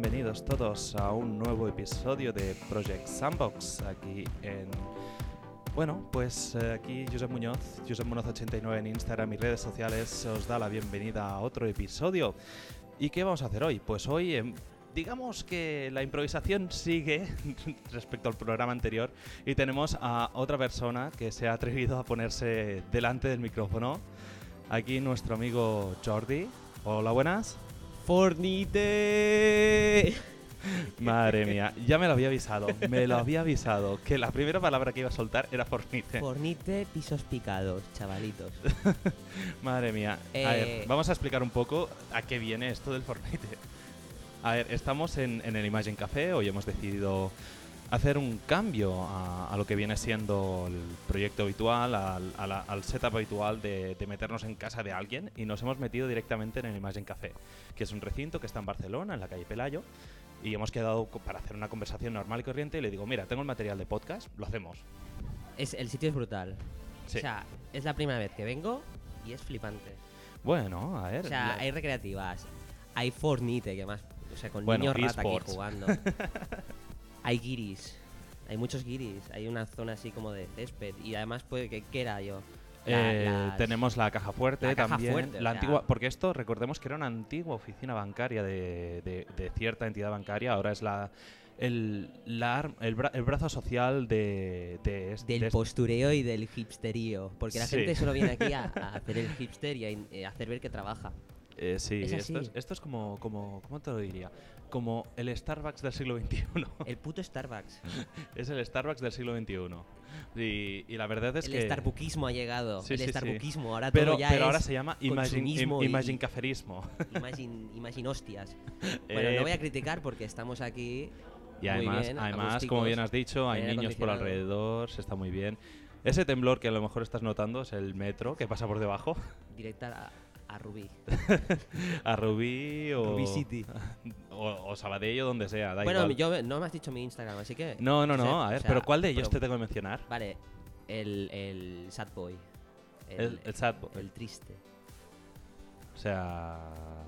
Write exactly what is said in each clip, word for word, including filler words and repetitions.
bienvenidos todos a un nuevo episodio de Project Sandbox aquí en... Bueno, pues eh, aquí Josep Muñoz, Josep Muñoz ochenta y nueve en Instagram y redes sociales os da la bienvenida a otro episodio. ¿Y qué vamos a hacer hoy? Pues hoy, eh, digamos que la improvisación sigue respecto al programa anterior y tenemos a otra persona que se ha atrevido a ponerse delante del micrófono. Aquí nuestro amigo Jordi. Hola, buenas. ¡Fornite! Madre mía, ya me lo había avisado, me lo había avisado, que la primera palabra que iba a soltar era fornite. Fornite, pisos picados, chavalitos. Madre mía. Eh... A ver, vamos a explicar un poco a qué viene esto del fornite. A ver, estamos en, en el Imagine Café, hoy hemos decidido hacer un cambio a, a lo que viene siendo el proyecto habitual, al, a la, al setup habitual de, de meternos en casa de alguien, y nos hemos metido directamente en el Imagine Café, que es un recinto que está en Barcelona, en la calle Pelayo, y hemos quedado para hacer una conversación normal y corriente y le digo, mira, tengo el material de podcast, lo hacemos. Es, el sitio es brutal. Sí. O sea, es la primera vez que vengo y es flipante. Bueno, a ver... O sea, la... hay recreativas, hay Fornite, que más, o sea, con bueno, niños rata aquí esports. jugando. Hay guiris, hay muchos guiris, hay una zona así como de césped y además puede que ¿qué era yo? La, eh, las... Tenemos la caja fuerte la caja también, fuerte, la o sea... antigua, porque esto recordemos que era una antigua oficina bancaria de, de, de cierta entidad bancaria, ahora es la el, la, el, bra, el brazo social de, de este, del de postureo y del hipsterío, porque la sí. gente solo viene aquí a, a hacer el hipster y a, in, a hacer ver que trabaja. Eh, sí, es esto es, esto es como, como, ¿cómo te lo diría? Como el Starbucks del siglo veintiuno. El puto Starbucks. Es el Starbucks del siglo veintiuno. Y, y la verdad es el que... El Starbuckismo ha llegado. Sí, el sí, Starbuckismo, sí. ahora pero, todo ya pero es ahora se llama Imagine, im, imagine y, Caferismo. Imagine, imagine hostias. Bueno, eh, no voy a criticar porque estamos aquí. Y además, muy bien, además como bien has dicho, hay niños por alrededor, se está muy bien. Ese temblor que a lo mejor estás notando es el metro que pasa por debajo. Directa a, a Rubí. A Rubí o... Rubí City. O, o Sabadell o donde sea, da bueno, igual. yo, no me has dicho mi Instagram, así que... No, no, no, sé, a ver, o sea, pero ¿cuál de ellos pero, te tengo que mencionar? Vale, el, el sad boy. El, el, el sad boy. El triste. O sea...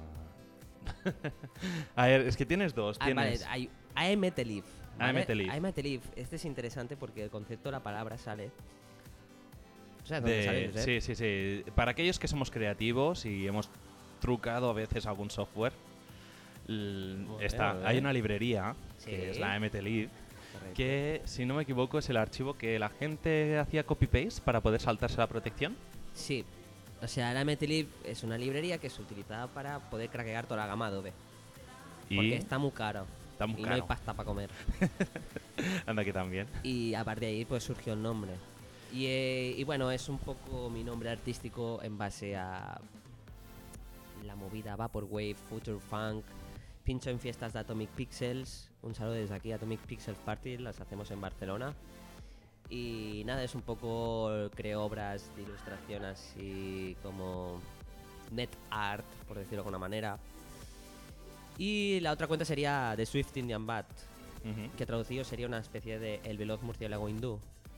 A ver, es que tienes dos. Ah, tienes... vale, hay I am Metelief. I am Metelief. I am Metelief. Este es interesante porque el concepto de la palabra sale... O sea, ¿dónde de... sale, Josep? Sí, sí, sí. Para aquellos que somos creativos y hemos trucado a veces algún software, l- Bueno, está, eh. hay una librería, Sí. que es la Metelief, Correcto. que, si no me equivoco, es el archivo que la gente hacía copy-paste para poder saltarse la protección. Sí. O sea, la Metelief es una librería que se utilizaba para poder craquear toda la gama Adobe. Y Porque está muy caro. está muy y caro. no hay pasta para comer. Anda que también. Y a partir de ahí pues surgió el nombre. Y, eh, y bueno, es un poco mi nombre artístico en base a la movida Vaporwave, Future Funk. Pincho en fiestas de Atomic Pixels. Un saludo desde aquí, Atomic Pixels Party, las hacemos en Barcelona. Y nada, es un poco, creo obras de ilustración así como net art, por decirlo de alguna manera. Y la otra cuenta sería The Swift Indian Bat, Uh-huh. que traducido sería una especie de El veloz murciélago hindú.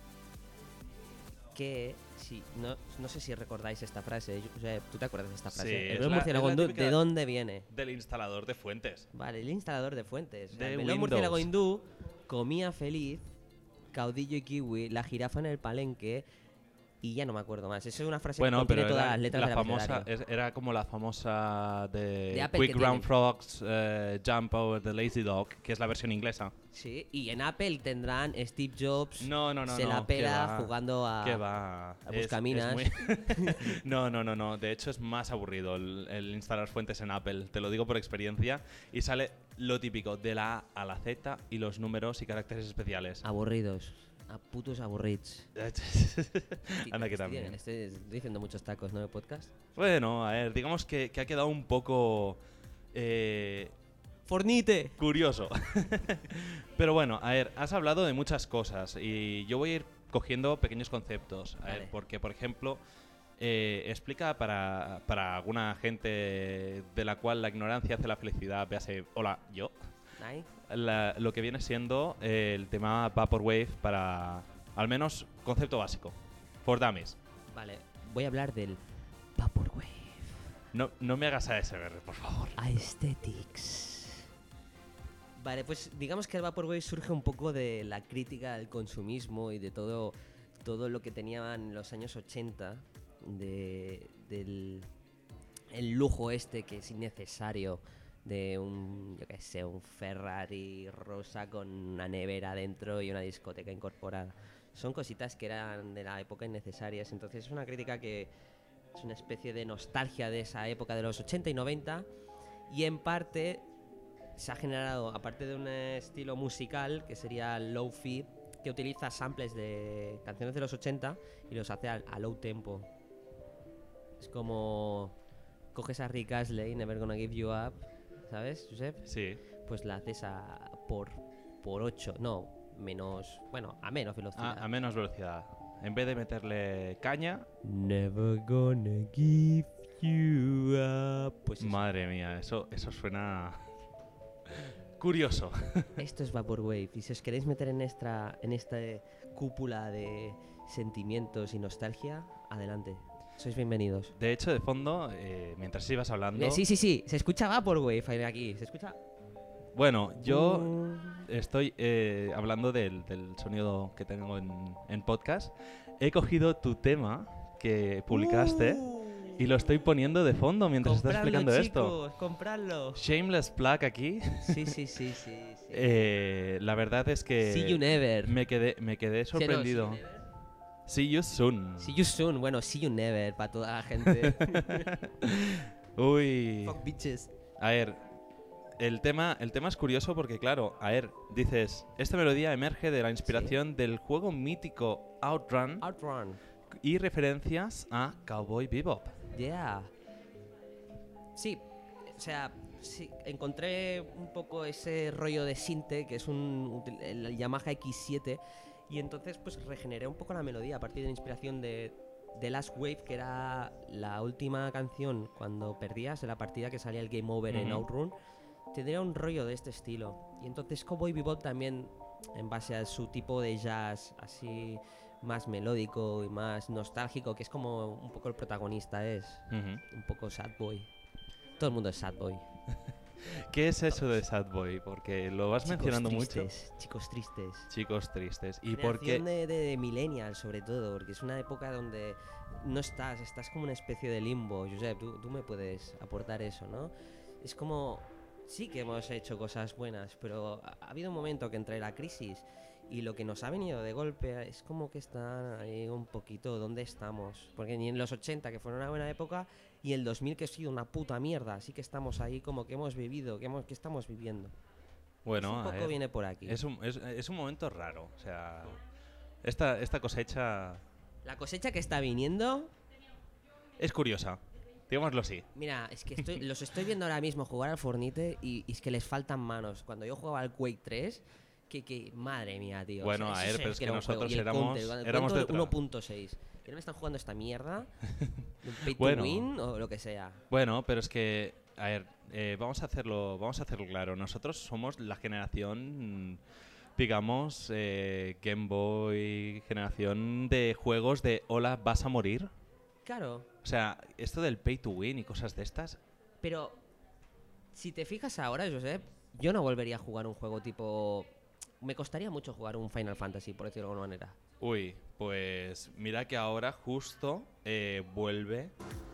Que, si, no, no sé si recordáis esta frase, o sea, ¿tú te acuerdas de esta frase? Sí, el es veloz la- murciélago es la hindú, típica ¿de dónde viene? Del instalador de fuentes. Vale, el instalador de fuentes. O sea, De el veloz Windows. murciélago hindú comía feliz, caudillo y kiwi, la jirafa en el palenque y ya no me acuerdo más. Esa es una frase Bueno, que contiene pero todas era, las letras la del famosa, abecedario. es- era como la famosa de, De Apple Quick que Ground tiene. Frogs eh, Jump Over the Lazy Dog, que es la versión inglesa. Sí, y en Apple tendrán Steve Jobs No, no, no, se no. la ¿qué pela va? jugando a... ¿Qué va? a buscaminas. muy- no, no, no, no. De hecho, es más aburrido el, el instalar fuentes en Apple. Te lo digo por experiencia. Y sale lo típico, de la A a la Z y los números y caracteres especiales. Aburridos. A putos aburridos. Anda que Estoy- también. Estoy, estoy diciendo muchos tacos, ¿no? De podcast. Bueno, a ver, digamos que, que ha quedado un poco... Eh, ¡Fornite! curioso. Pero bueno, a ver, has hablado de muchas cosas y yo voy a ir cogiendo pequeños conceptos. A ver, Vale. porque, por ejemplo, eh, explica para, para alguna gente de la cual la ignorancia hace la felicidad, véase, hola, yo, ¿Ay? la- lo que viene siendo eh, el tema Vaporwave para, al menos, concepto básico. For Dummies. Vale, voy a hablar del Vaporwave. No, no me hagas A S M R, por favor. Aesthetics. Vale, pues digamos que el Vaporwave surge un poco de la crítica al consumismo y de todo, todo lo que tenían en los años ochenta, de, del el lujo este que es innecesario, de un, yo qué sé, un Ferrari rosa con una nevera dentro y una discoteca incorporada. Son cositas que eran de la época innecesarias, entonces es una crítica que es una especie de nostalgia de esa época de los ochenta y noventa, y en parte se ha generado, aparte de un estilo musical que sería el low-fi, que utiliza samples de canciones de los ochenta y los hace a, a low tempo. Es como coges a Rick Astley, Never Gonna Give You Up, ¿sabes, Josep? Sí. Pues la haces a por por ocho, no, menos, bueno, a menos velocidad. A, a menos velocidad. En vez de meterle caña... Never gonna give you up. Pues eso. Madre mía, eso, eso suena... curioso. Esto es Vaporwave, y si os queréis meter en esta, en esta cúpula de sentimientos y nostalgia, adelante, sois bienvenidos. De hecho, de fondo, eh, mientras ibas hablando... Eh, sí, sí, sí, se escucha Vaporwave aquí, se escucha... Bueno, yo Mm. estoy eh, hablando del, del sonido que tengo en, en podcast. He cogido tu tema que publicaste Uh. y lo estoy poniendo de fondo mientras estás Compradlo, explicando chicos, esto. compradlo. Shameless plug aquí. Sí, sí, sí, sí, sí. Eh, la verdad es que See you never. me quedé, me quedé Sí, no, sorprendido. see you never. See you soon. See you soon, bueno, see you never para toda la gente. Uy. Fuck bitches. A ver, el tema, el tema es curioso porque, claro, a ver, dices, esta melodía emerge de la inspiración del juego mítico Outrun Outrun. y referencias a Cowboy Bebop. Yeah. Sí, o sea, sí, encontré un poco ese rollo de sinte, que es un util- el Yamaha equis siete, y entonces pues regeneré un poco la melodía a partir de la inspiración de, de Last Wave, que era la última canción cuando perdías en la partida que salía el Game Over en Ujú. Outrun. Tendría un rollo de este estilo. Y entonces Cowboy Bebop también, en base a su tipo de jazz así más melódico y más nostálgico, que es como un poco el protagonista, es Ujú. un poco sad boy. Todo el mundo es sad boy. ¿Qué es eso de Sad Boy? Porque lo vas Chicos mencionando tristes, mucho. chicos tristes. Chicos tristes. ¿Y por Generación qué? de, de, de millennials, sobre todo, porque es una época donde no estás, estás como una especie de limbo. Josep, tú, tú me puedes aportar eso, ¿no? Es como, sí que hemos hecho cosas buenas, pero ha, ha habido un momento que entre la crisis y lo que nos ha venido de golpe es como que está ahí un poquito dónde estamos. Porque ni en los ochenta, que fueron una buena época, y el dos mil, que ha sido una puta mierda, así que estamos ahí como que hemos vivido, que, hemos, que estamos viviendo. Bueno, un a poco ver, viene por aquí. es un, es, es un momento raro. O sea, esta, esta cosecha La cosecha que está viniendo, es curiosa. Digámoslo así. mira, es que estoy, los estoy viendo ahora mismo jugar al Fornite y, y es que les faltan manos. Cuando yo jugaba al Quake tres, que, que madre mía, tío. Bueno, o sea, a eso ver, sí pero es que era un nosotros juego. Y el éramos- Counter, cuando el éramos Counter de otra. uno punto seis. ¿Y no me están jugando esta mierda? ¿Un pay to Bueno. win o lo que sea? Bueno, pero es que, a ver, eh, vamos a hacerlo, vamos a hacerlo claro. Nosotros somos la generación, digamos, eh, Game Boy, generación de juegos de hola, vas a morir. Claro, O sea, esto del pay to win y cosas de estas. pero si te fijas ahora, Josep, yo no volvería a jugar un juego tipo... Me costaría mucho jugar un Final Fantasy, por decirlo de alguna manera. Uy, pues mira que ahora justo eh, vuelve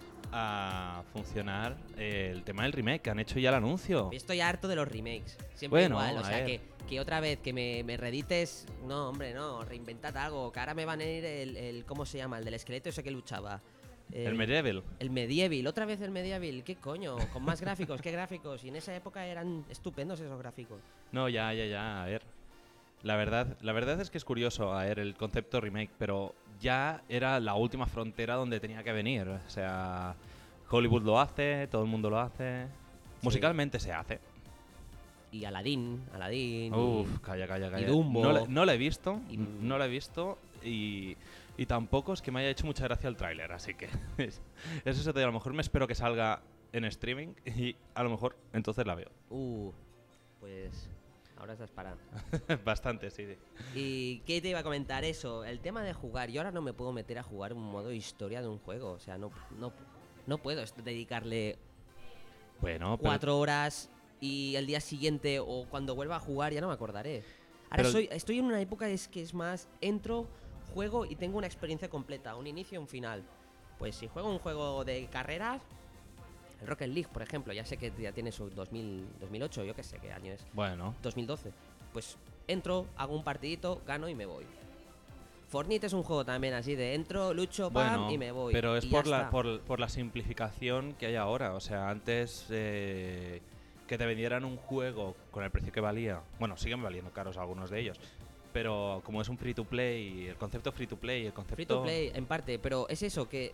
a funcionar eh, el tema del remake, que han hecho ya el anuncio. Estoy harto de los remakes. Siempre Bueno, igual. O a sea, ver. que, que otra vez que me, me reedites. No, hombre, no. Reinventad algo. Que ahora me van a ir el, el. ¿Cómo se llama? El del esqueleto ese que luchaba. El Medieval. El Medieval. Otra vez el Medieval. ¿Qué coño? Con más gráficos. ¿Qué gráficos? Y en esa época eran estupendos esos gráficos. No, ya, ya, ya, a ver. La verdad, la verdad es que es curioso, a ver, el concepto remake, pero ya era la última frontera donde tenía que venir. O sea, Hollywood lo hace, todo el mundo lo hace. Musicalmente se hace. Y Aladdin. Aladdin. Uf, calla, calla, calla. Dumbo. No, la- no la he visto, Y- no la he visto y, y tampoco es que me haya hecho mucha gracia el tráiler, así que es- eso se te, a lo mejor me espero que salga en streaming y a lo mejor entonces la veo. Uh. Pues. Ahora estás parando. Bastante, sí, sí. ¿Y qué te iba a comentar eso? El tema de jugar. Yo ahora no me puedo meter a jugar un modo historia de un juego. O sea, no, no, no puedo est- dedicarle Bueno, pero, cuatro horas y el día siguiente o cuando vuelva a jugar ya no me acordaré. Ahora Pero- soy, estoy en una época es que es más, entro, juego y tengo una experiencia completa, un inicio y un final. Pues si juego un juego de carreras, el Rocket League, por ejemplo, ya sé que ya tiene su dos mil, dos mil ocho, yo qué sé qué año es, Bueno, dos mil doce. Pues entro, hago un partidito, gano y me voy. Fortnite es un juego también así de entro, lucho, pam bueno, y me voy. pero es y ya por la, está. por, por la simplificación que hay ahora. O sea, antes eh, que te vendieran un juego con el precio que valía, bueno, siguen valiendo caros algunos de ellos, pero como es un free to play, el concepto free to play, el concepto... Free to play, en parte, pero es eso que.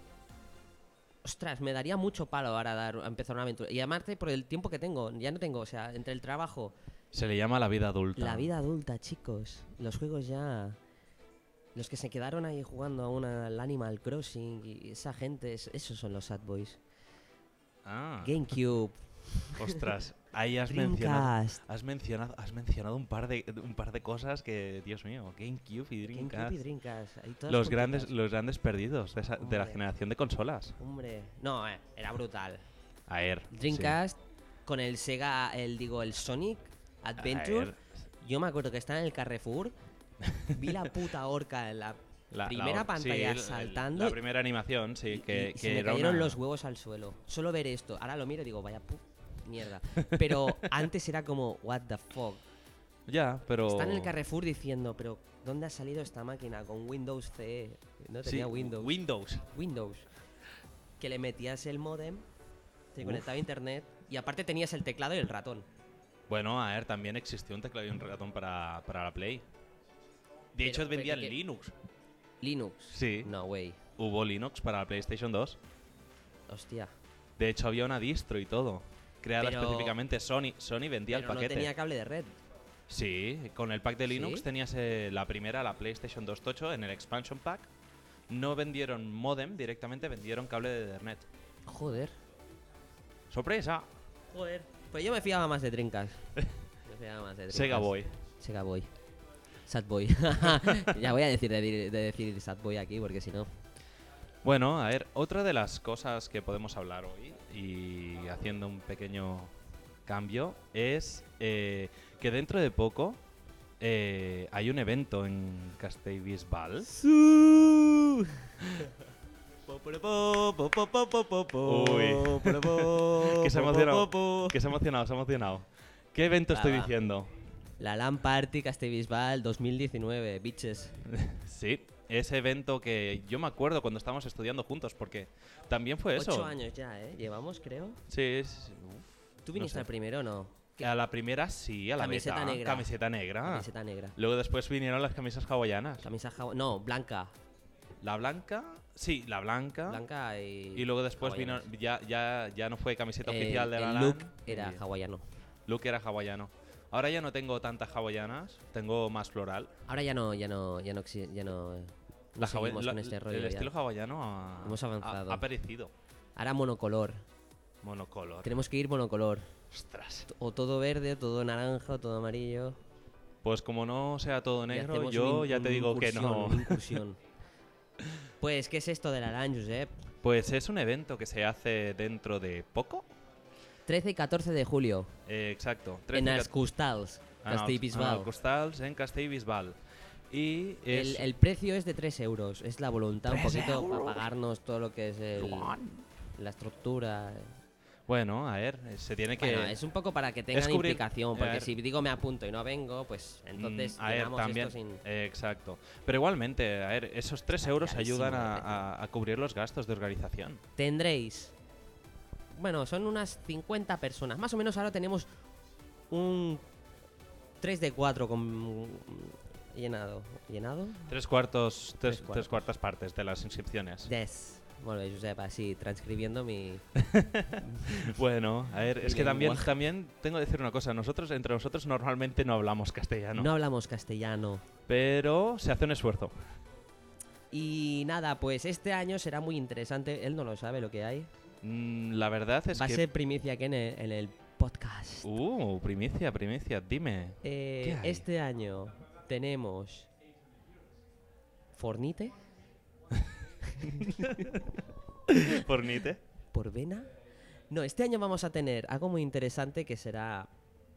Ostras, me daría mucho palo ahora dar, a empezar una aventura. Y además por el tiempo que tengo, ya no tengo, o sea, entre el trabajo, Se le llama la vida adulta. la vida adulta, chicos. Los juegos ya. Los que se quedaron ahí jugando a una, al Animal Crossing y esa gente, es- esos son los sad boys. Ah, GameCube, ostras, ahí has mencionado... Dreamcast. Has mencionado, has mencionado un par de un par de cosas que, Dios mío, GameCube y Dreamcast. GameCube y Dreamcast. ahí todas Los juntitas. grandes, los grandes perdidos de, esa- de la Hombre. generación de consolas. Hombre, no, eh, era brutal. A ver. Dreamcast con el Sega, el digo, el Sonic Adventure. Yo me acuerdo que estaba en el Carrefour, vi la puta orca en la primera pantalla saltando La primera animación, sí, y- que, y que se me era cayeron una- los huevos al suelo. Solo ver esto, ahora lo miro y digo, vaya pu mierda. Pero antes era como, what the fuck. Ya, pero... Están en el Carrefour diciendo, pero ¿dónde ha salido esta máquina con Windows C E? No Sí, tenía Windows. Windows. Windows. Que le metías el modem, te Uf. conectaba a internet y aparte tenías el teclado y el ratón. Bueno, a ver, también existió un teclado y un ratón para, para la Play. De Pero- hecho, pero vendían que- Linux. Linux. Sí, No way. hubo Linux para la PlayStation dos. Hostia. De hecho, había una distro y todo. Creada Pero- específicamente Sony. Sony vendía Pero el no paquete. tenía cable de red. Sí, con el pack de Linux ¿Sí? tenías eh, la primera, la PlayStation dos Tocho, en el expansion pack. No vendieron modem directamente, vendieron cable de Ethernet. Joder. ¡Sorpresa! Joder. Pues yo me fiaba más de Dreamcast. Me fiaba más de Dreamcast. Sega Boy. Sega Boy. Sad Boy. Ya voy a decir de, de decir Sad Boy aquí porque si no. Bueno, a ver, otra de las cosas que podemos hablar hoy, y haciendo un pequeño cambio, es eh, que dentro de poco eh, hay un evento en Castellbisbal. Uy. Que se ha emocionado. Que se ha emocionado, se ha emocionado. ¿Qué evento Va, estoy va. diciendo? La LAN Party Castellbisbal dos mil diecinueve, bitches. Sí, ese evento que yo me acuerdo cuando estábamos estudiando juntos, porque también fue eso. Ocho años ya, ¿eh? Llevamos, creo. Sí, sí, ¿Tú No viniste sé. al primero o no? ¿Qué? a la primera sí, a la Camiseta beta. negra. Camiseta negra. Camiseta negra. Luego después vinieron las camisas hawaianas. Camisa java- No, blanca. La blanca, sí, la blanca. Blanca y. Y luego después vino, hawaianas. ya, ya, ya no fue camiseta Eh, oficial de la el LAN. look era y- hawaiano. Look era hawaiano. Ahora ya no tengo tantas hawaianas, tengo más floral. Ahora ya no, ya no, ya no, exi- ya no. no La hawa- seguimos la- con este rollo el ya. estilo hawaiano ha, Hemos avanzado. ha, ha perecido. Ahora monocolor. Monocolor. Tenemos que ir monocolor. Ostras. O todo verde, o todo naranja, o todo amarillo. Pues como no sea todo Y negro, hacemos yo una in- ya te una digo que incursión, no. una incursión. Pues, ¿qué es esto de la LAN, Josep? Pues es un evento que se hace dentro de poco. trece y catorce de julio. Eh, exacto. En trece y els Costals, En els- Castellbisbal. en els Costals, en Castellbisbal. Y es... El, el precio es de tres euros. Es la voluntad un ¿tres poquito para euros? pagarnos todo lo que es el, la estructura. Bueno, a ver, eh, se tiene que... Bueno, es un poco para que tengan cubrir- implicación, a porque ver. si digo me apunto y no vengo, pues entonces Mm, a ver, llenamos también, esto sin... eh, exacto. Pero igualmente, a ver, esos tres Está euros carísimo ayudan de a, precio. a- a cubrir los gastos de organización. Tendréis... Bueno, son unas cincuenta personas. Más o menos ahora tenemos un tres de cuatro con... Llenado. ¿Llenado? Tres cuartos, tres, Tres tres cuartos. cuartas partes de las inscripciones. Des. Molt bé, Josep, así, transcribiendo mi... Bueno, a ver, Mi es que también, lenguaje. también tengo que decir una cosa. Nosotros, entre nosotros, normalmente no hablamos castellano. No hablamos castellano. Pero se hace un esfuerzo. Y nada, pues este año será muy interesante. Él no lo sabe lo que hay. Mm, la verdad es Va que... a ser primicia aquí en el, en el podcast. Uh, primicia, primicia, dime. Eh, ¿qué hay? este año tenemos Fornite Fornite. por vena, No, este año vamos a tener algo muy interesante que será...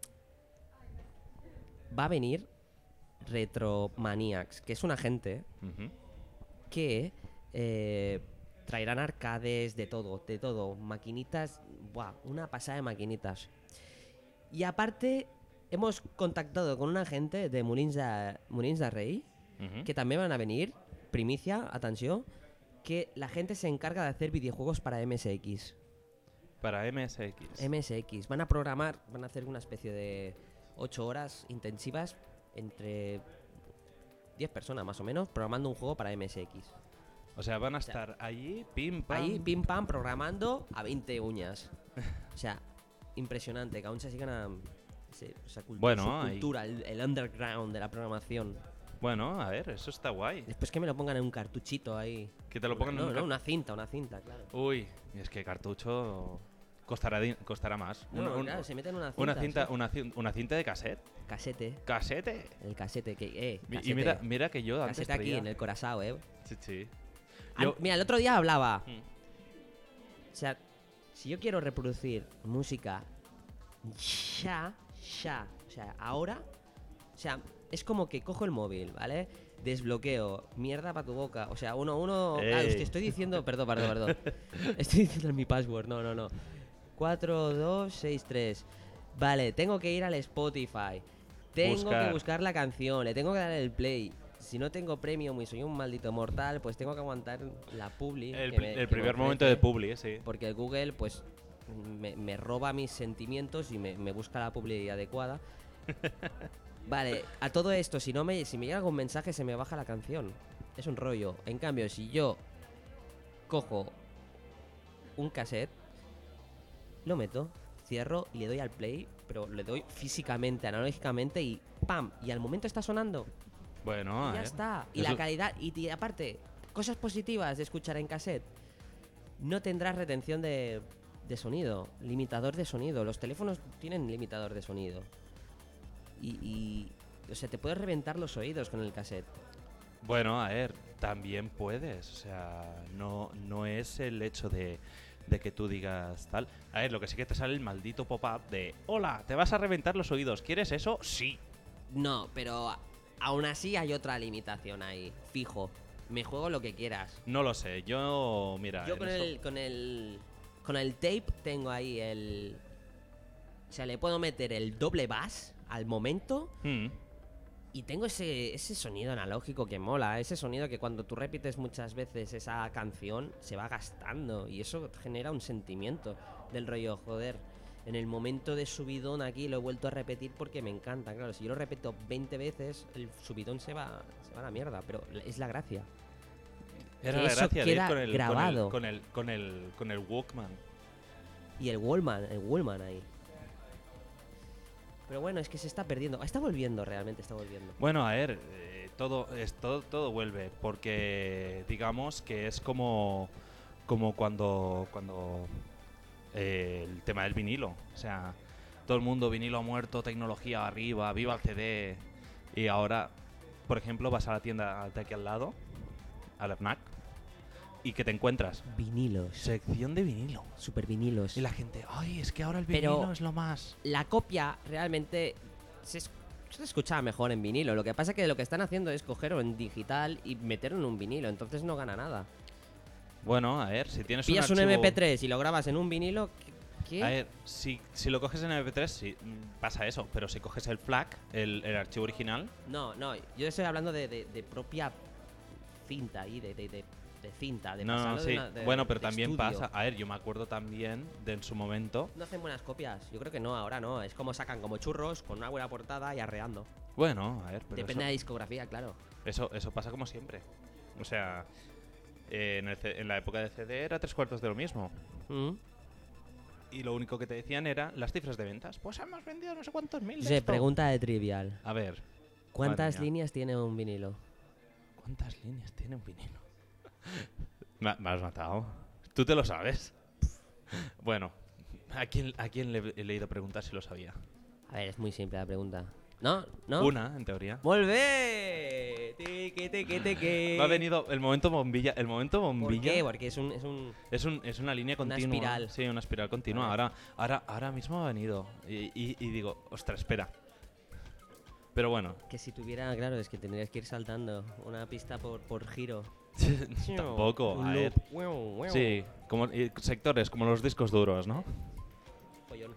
Va a venir Retromaniacs, que es una gente Ujú. que eh, traerán arcades, de todo, de todo. Maquinitas, buah, una pasada de maquinitas. Y aparte, hemos contactado con una gente de Molins de, Molins de Rey, Ujú. que también van a venir, primicia, atención, que la gente se encarga de hacer videojuegos para M S X. Para M S X. M S X. Van a programar, van a hacer una especie de ocho horas intensivas entre diez personas más o menos, programando un juego para M S X. O sea, van a O sea, estar allí, pim, pam. Ahí, pim pam, programando a veinte uñas. O sea, impresionante, que aún se sigan a ese- esa cultu- Bueno, su ahí- cultura, el, el underground de la programación. Bueno, a ver, eso está guay. Después que me lo pongan en un cartuchito ahí. Que te lo pongan en no, un no, car- una cinta, una cinta, claro. Uy, es que cartucho costará, di- costará más. No, Una- un- claro, se meten una cinta. una cinta, sí. una, cin- una cinta de cassette. Casete. ¿Casete? El casete, que, eh, Mi- casete. Y mira, mira que yo antes casete aquí traía- en el corazón, eh. Sí, sí. An- Yo- Mira, el otro día hablaba. Mm. O sea, si yo quiero reproducir música ya, ya, o sea, ahora, o sea, es como que cojo el móvil, ¿vale? Desbloqueo, mierda para tu boca. O sea, uno, uno. Ah, Ey. es que estoy diciendo, perdón, perdón, perdón. Estoy diciendo mi password, no, no, no. cuatro dos seis tres. Vale, tengo que ir al Spotify. Tengo Buscar. que buscar la canción, le tengo que dar el play. Si no tengo premium y soy un maldito mortal, pues tengo que aguantar la publi. El, que pri- me- el que me primer momento ofrece. de publi, sí. Porque el Google, pues, me, me roba mis sentimientos y me, me busca la publicidad adecuada. Vale, a todo esto, si no me, si me llega algún mensaje, se me baja la canción. Es un rollo. En cambio, si yo cojo un cassette, lo meto, cierro y le doy al play, pero le doy físicamente, analógicamente y ¡pam! Y al momento está sonando. Bueno, a Y ya ver. está. Y Eso- la calidad, y, y aparte, cosas positivas de escuchar en cassette. No tendrás retención de, de sonido, limitador de sonido. Los teléfonos tienen limitador de sonido. Y, y, o sea, te puedes reventar los oídos con el cassette. Bueno, a ver, también puedes. O sea, no, no es el hecho de, de que tú digas tal. A ver, lo que sí que te sale el maldito pop-up de hola, te vas a reventar los oídos. ¿Quieres eso? Sí. No, pero a- aún así hay otra limitación ahí. Fijo. Me juego lo que quieras. No lo sé. Yo, mira. Yo en con eso- el, con el. Con el tape tengo ahí el. O sea, le puedo meter el doble bass al momento. Mm. Y tengo ese, ese sonido analógico que mola. Ese sonido que cuando tú repites muchas veces esa canción se va gastando. Y eso genera un sentimiento del rollo, joder. En el momento de subidón aquí lo he vuelto a repetir porque me encanta. Claro, si yo lo repito veinte veces, el subidón se va, se va a la mierda. Pero es la gracia. Era que la eso gracia de ir queda con el, grabado. Con el, con el, con el, con el Walkman. Y el Wallman, el Wallman ahí. Pero bueno, es que se está perdiendo. Está volviendo, realmente está volviendo. Bueno, a ver, eh, todo, es, todo, todo vuelve, porque digamos que es como, como cuando, cuando eh, el tema del vinilo. O sea, todo el mundo vinilo ha muerto, tecnología arriba, viva el C D. Y ahora, por ejemplo, vas a la tienda de aquí al lado, al FNAC, y que te encuentras Vinilos. sección de vinilo. Super vinilos. Y la gente, ay, es que ahora el Pero- vinilo es lo más. La copia realmente se, es- se escucha mejor en vinilo. Lo que pasa es que lo que están haciendo es cogerlo en digital y meterlo en un vinilo. Entonces no gana nada. Bueno, a ver, si tienes Pillas un un archivo... M P tres y lo grabas en un vinilo. ¿Qué? A ver, si, si lo coges en M P tres, sí, mm, pasa eso. Pero si coges el FLAC, el, el archivo original, No, no. Yo estoy hablando de, de- de propia cinta ahí, de, de, de- de cinta. De no, no, pasarlo de sí. una- de- bueno, pero de también estudio. pasa. A ver, yo me acuerdo también de en su momento. No hacen buenas copias. Yo creo que no, ahora no. Es como sacan como churros con una buena portada y arreando. Bueno, a ver, pero Depende de la eso, discografía, claro. eso, eso pasa como siempre. O sea, eh, en, el C- en la época de C D era tres cuartos de lo mismo. Mm. Y lo único que te decían era las cifras de ventas. Pues hemos vendido no sé cuántos mil. de Josep, esto. pregunta de trivial. A ver, ¿Cuántas Madre mía. líneas tiene un vinilo? ¿cuántas líneas tiene un vinilo? me, me has matado. ¿Tú te lo sabes? Bueno, ¿a quién, a quién le he leído preguntar si lo sabía? A ver, es muy simple la pregunta. No, no. Una, en teoría. Molt bé! Tiqui, tiqui, tiqui. Me ha venido el momento bombilla. El momento ¿Por bombilla qué? Porque es un... Es un... es, un, es una línea Una continua. espiral. Sí, una espiral continua. Vale. Ahora, ahora, ahora mismo ha venido. Y, y, y digo, ostras, espera. Pero bueno, Que si tuviera... Claro, es que tendrías que ir saltando una pista por, por giro. tampoco. Un A ver. loop. Sí, como, y sectores como los discos duros, ¿no? Pollón.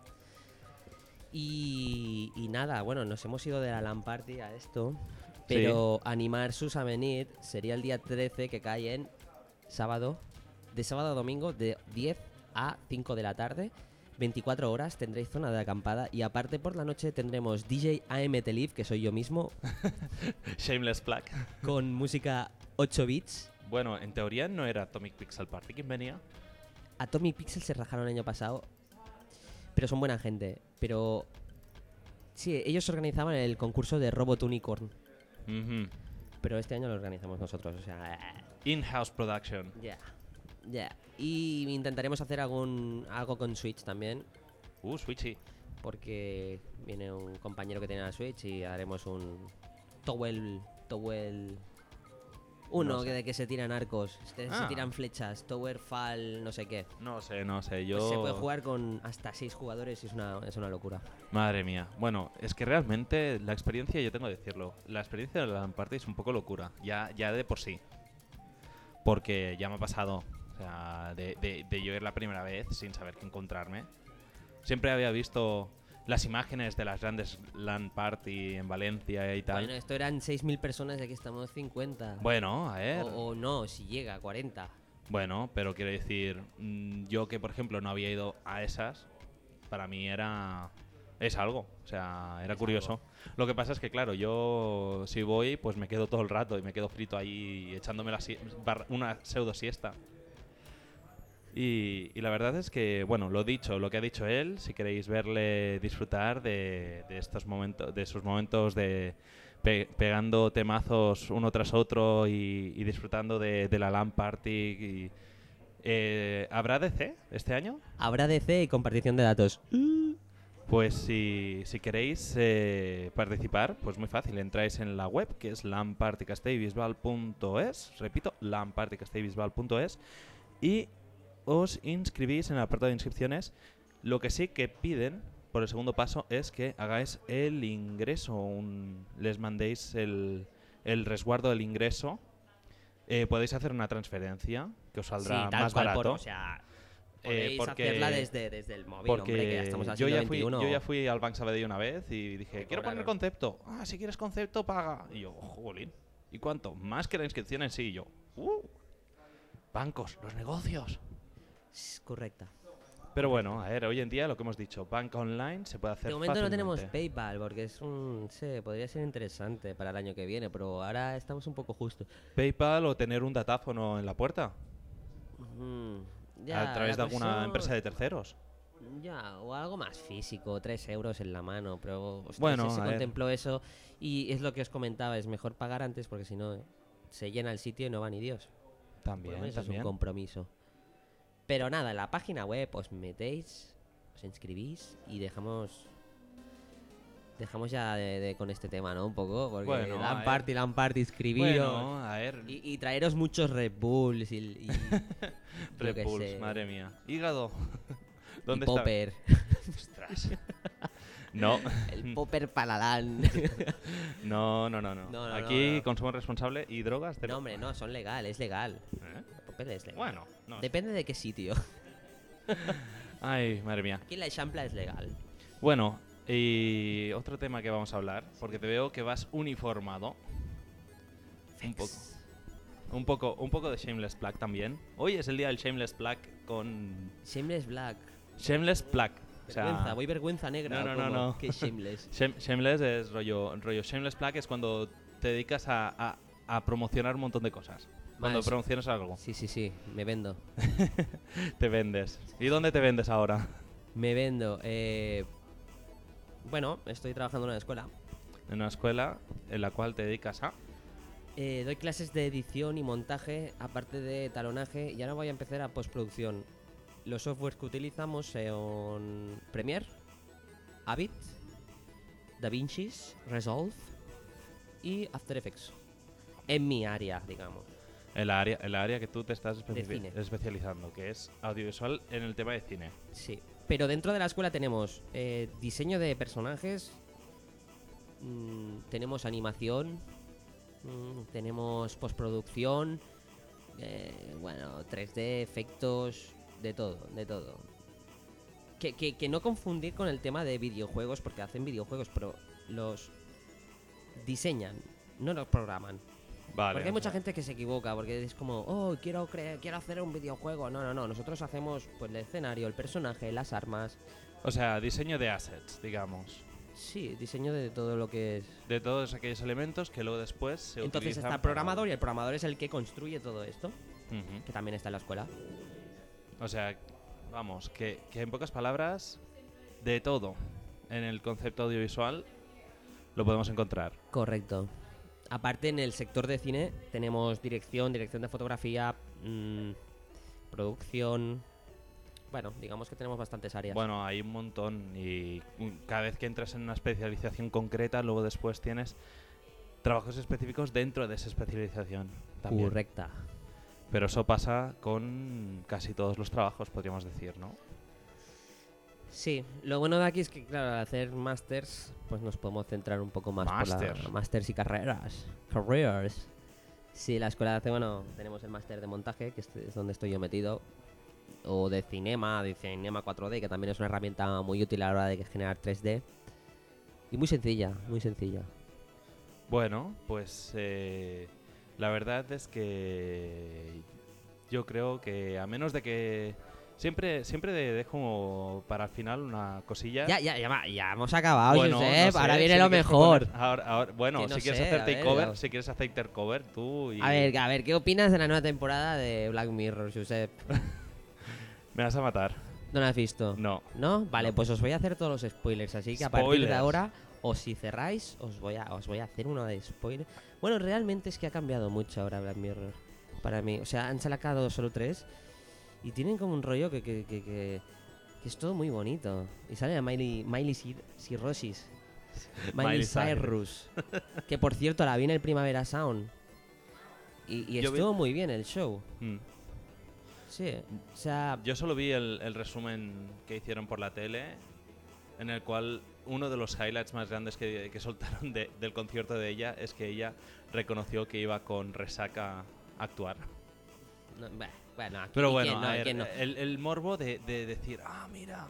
Y, y nada, bueno, nos hemos ido de la LAN Party a esto. Pero animar sus a venir sería el día trece, que cae en sábado. De sábado a domingo, de diez a cinco de la tarde. veinticuatro horas tendréis zona de acampada. Y aparte por la noche tendremos D J A M T Live, que soy yo mismo, Shameless Plug. con música ocho bits. Bueno, en teoría no era Atomic Pixel Party. ¿Quién venía? Atomic Pixel se rajaron el año pasado, pero son buena gente. Pero sí, ellos organizaban el concurso de Robot Unicorn, Ujú. pero este año lo organizamos nosotros, o sea, In-house production. ya, ya. Y intentaremos hacer algún algo con Switch también, Uh, Switchy. porque viene un compañero que tiene la Switch y haremos un Towel, Towel uno No sé. que de que se tiran arcos, se, se Ah. tiran flechas, Tower Fall, no sé qué. No sé, no sé. Yo. Pues se puede jugar con hasta seis jugadores y es una, es una locura. Madre mía. Bueno, es que realmente la experiencia, yo tengo que decirlo, la experiencia de la LAN Party es un poco locura, ya, ya de por sí. Porque ya me ha pasado, o sea, de, de, de yo ir la primera vez sin saber qué encontrarme. Siempre había visto las imágenes de las grandes LAN Party en Valencia y tal. Bueno, esto eran seis mil personas y aquí estamos cincuenta. Bueno, a ver. O, o no, si llega a cuarenta. Bueno, pero quiero decir, mm, yo que por ejemplo no había ido a esas, para mí era... Es algo, o sea, era Es curioso. algo. Lo que pasa es que, claro, yo si voy, pues me quedo todo el rato y me quedo frito ahí echándome la si- bar- una pseudo siesta. Y, y la verdad es que, bueno, lo dicho, lo que ha dicho él, si queréis verle disfrutar de, de estos momentos, de sus momentos de pe- pegando temazos uno tras otro y, y disfrutando de, de la LAN Party. y- eh, ¿Habrá D C este año? Habrá D C y compartición de datos. Pues si, si queréis eh, participar, pues muy fácil, entráis en la web que es lampartycastellbisbal punto es, repito, lampartycastellbisbal punto es, y os inscribís en el apartado de inscripciones. Lo que sí que piden por el segundo paso es que hagáis el ingreso, un- les mandéis el, el resguardo del ingreso. Eh, podéis hacer una transferencia que os saldrá sí, tal más cual barato. por, o sea, Eh, podéis porque- hacerla desde, desde el móvil, Porque hombre, que ya estamos al yo, siglo ya fui, veintiuno. yo ya fui al Bank Sabadell una vez y dije, Me quiero poner cobraron. concepto. Ah, si quieres concepto, paga. Y yo, jolín. ¿Y cuánto? Más que la inscripción en sí. Y yo, uh, bancos, los negocios. Es correcta. Pero bueno, a ver, hoy en día lo que hemos dicho, banca online se puede hacer De momento no tenemos fácilmente. PayPal porque es un... Sí, podría ser interesante para el año que viene, pero ahora estamos un poco justos. PayPal o tener un datáfono en la puerta Mm, ya, a través de la alguna cuestión- empresa de terceros. Ya, o algo más físico, tres euros en la mano, pero ostras, Bueno, se a ver. contempló eso y es lo que os comentaba, es mejor pagar antes porque si no se llena el sitio y no va ni Dios. Por lo También, menos es un también. compromiso. Pero nada, en la página web os metéis, os inscribís y dejamos dejamos ya de, de- con este tema, ¿no? Un poco, porque Bueno, a LAN ver. Party, LAN Party, inscribiros Bueno, a ver, y, y traeros muchos Red Bulls y, y, yo Red qué Bulls, sé, madre mía. Hígado. ¿Dónde y está? Popper, Ostras. No. el Popper para la LAN. No, no, no, no. No, no, Aquí no, no. consumo responsable y drogas. cero. No, hombre, no, son legal, es legal. ¿Eh? El Popper es legal. Bueno, no. sé. Depende de qué sitio. Ay, madre mía. Aquí la Champla es legal. Bueno, y otro tema que vamos a hablar, porque te veo que vas uniformado. Un poco. Un poco, un poco de Shameless Plug también. Hoy es el día del Shameless Plug con Shameless Black. Shameless Plug. O sea, Vergüenza, voy vergüenza negra. no, ¿o no, no, cómo? no. ¿Qué es Shameless? Shame- Shameless es rollo, rollo Shameless Plug es cuando te dedicas a, a- a promocionar un montón de cosas. Cuando Más. promocionas algo, Sí, sí, sí, me vendo. te vendes. ¿Y dónde te vendes ahora? Me vendo. Eh... Bueno, estoy trabajando en una escuela. En una escuela en la cual te dedicas a... Eh, doy clases de edición y montaje, aparte de talonaje, y ahora voy a empezar a postproducción. Los softwares que utilizamos son Premiere, Avid, DaVinci Resolve y After Effects. En mi área, digamos. El área, el área que tú te estás especi- cine. especializando, que es audiovisual en el tema de cine. Sí. Pero dentro de la escuela tenemos eh, diseño de personajes, mmm, tenemos animación, mmm, tenemos postproducción, eh, bueno, tres D, efectos, de todo, de todo. Que, que, que no confundir con el tema de videojuegos, porque hacen videojuegos, pero los diseñan, no los programan. Vale. Porque hay o mucha sea, gente que se equivoca, porque es como, oh, quiero cre- quiero hacer un videojuego. No, no, no, nosotros hacemos pues el escenario, el personaje, las armas. O sea, diseño de assets, digamos. Sí, diseño de todo lo que es. De todos aquellos elementos que luego después se Entonces utilizan está el para- programador y el programador es el que construye todo esto, Ujú. que también está en la escuela. O sea, vamos, que, que en pocas palabras, de todo en el concepto audiovisual lo podemos encontrar. Correcto. Aparte, en el sector de cine tenemos dirección, dirección de fotografía, mmm, producción. Bueno, digamos que tenemos bastantes áreas. Bueno, hay un montón y un- cada vez que entras en una especialización concreta, luego después tienes trabajos específicos dentro de esa especialización también. Correcta. Pero eso pasa con casi todos los trabajos, podríamos decir, ¿no? Sí, lo bueno de aquí es que, claro, al hacer másters, pues nos podemos centrar un poco más Máster. por la másters y carreras. Careers. Sí, la escuela hace, bueno, tenemos el máster de montaje, que es es donde estoy yo metido, o de cinema, de cinema cuatro D, que también es una herramienta muy útil a la hora de generar tres D. Y muy sencilla, muy sencilla. Bueno, pues eh, la verdad es que yo creo que a menos de que siempre siempre de- dejo para el final una cosilla. Ya, ya, ya, va, ya hemos acabado, Bueno, Josep, no sé, ahora si viene le lo quieres mejor. proponer- ahora- ahora- bueno, Que no si quieres sé, hacer a ver, takeover, ya. si quieres hacer takeover tú y A ver, a ver, ¿qué opinas de la nueva temporada de Black Mirror, Josep? me vas a matar. ¿No la has visto? No. ¿No? Vale, No. pues os voy a hacer todos los spoilers, así que a partir Spoilers. de ahora, o si cerráis, os voy a, os voy a hacer uno de spoilers. Bueno, realmente es que ha cambiado mucho ahora Black Mirror, para mí. O sea, han sacado solo tres y tienen como un rollo que, que, que, que, que es todo muy bonito. Y sale a Miley, Miley Cir- Cirrhosis. Miley, Miley Cyrus. Que por cierto, la vi en el Primavera Sound. Y, y Yo vi- estuvo muy bien el show. Mm. Sí, o sea, Yo solo vi el, el resumen que hicieron por la tele, en el cual uno de los highlights más grandes que, que soltaron de- del concierto de ella es que ella reconoció que iba con resaca a actuar. no, bah, bueno, aquí Pero ¿quién bueno, no? a ver, ¿quién no? el, el morbo de, de decir, ah, mira,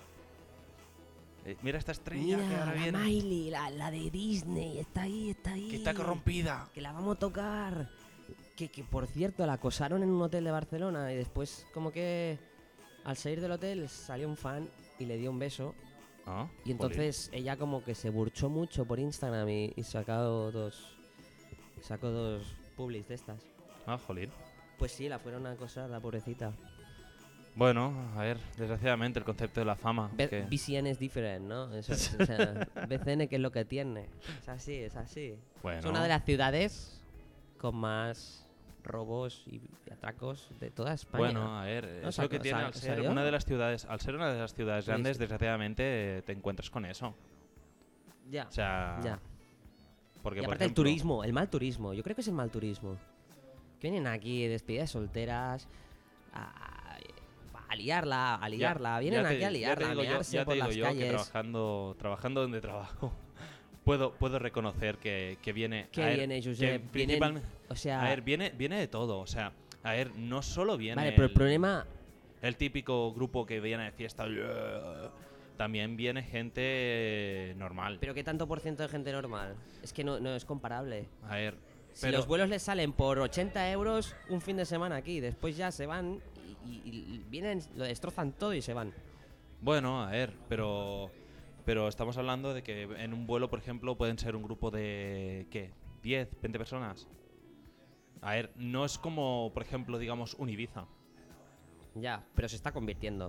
eh, mira esta estrella que ahora la viene, Miley, la, la de Disney, está ahí, está ahí. que está corrompida. Que la vamos a tocar. Que, que por cierto, la acosaron en un hotel de Barcelona y después como que al salir del hotel salió un fan y le dio un beso. Ah, Y entonces ella como que se burchó mucho por Instagram y, y sacó dos... Sacó dos publis de estas. jolín. Ah, jolín. Pues sí, la fueron a acosar, la pobrecita. Bueno, a ver, desgraciadamente el concepto de la fama. B- que- B C N es diferente, ¿no? Eso es, o sea, B C N, ¿qué es lo que tiene? Es así, es así. bueno, Es una de las ciudades con más robos y atracos de toda España. Bueno, a ver, No, es lo que saca- tiene sa- al ser ¿salió? una de las ciudades, al ser una de las ciudades Sí, grandes, sí. desgraciadamente eh, te encuentras con eso. ya, O sea, ya. porque Y por aparte el ejemplo, turismo, el mal turismo. Yo creo que es el mal turismo. Que vienen aquí despedidas solteras a, a liarla, a ya- liarla. ya Vienen te- aquí a ya te liarla, a digo yo- mearse ya te por digo las yo que calles. trabajando, trabajando donde trabajo, puedo, puedo reconocer que, que viene. ¿Qué a ver, viene, que Josep? principalme- Vienen, o sea, a ver, viene, viene de todo. O sea, a ver, no solo viene vale, pero el el- problema... el típico grupo que viene de fiesta. "Yeah". También viene gente eh, normal. ¿Pero qué tanto por ciento de gente normal? Es que no, no es comparable. A ver, Si pero los vuelos les salen por ochenta euros un fin de semana aquí, después ya se van y, y- y vienen, lo destrozan todo y se van. bueno, a ver, pero pero estamos hablando de que en un vuelo, por ejemplo, pueden ser un grupo de ¿qué? diez, veinte personas. A ver, no es como, por ejemplo, digamos un Ibiza. Ya, pero se está convirtiendo.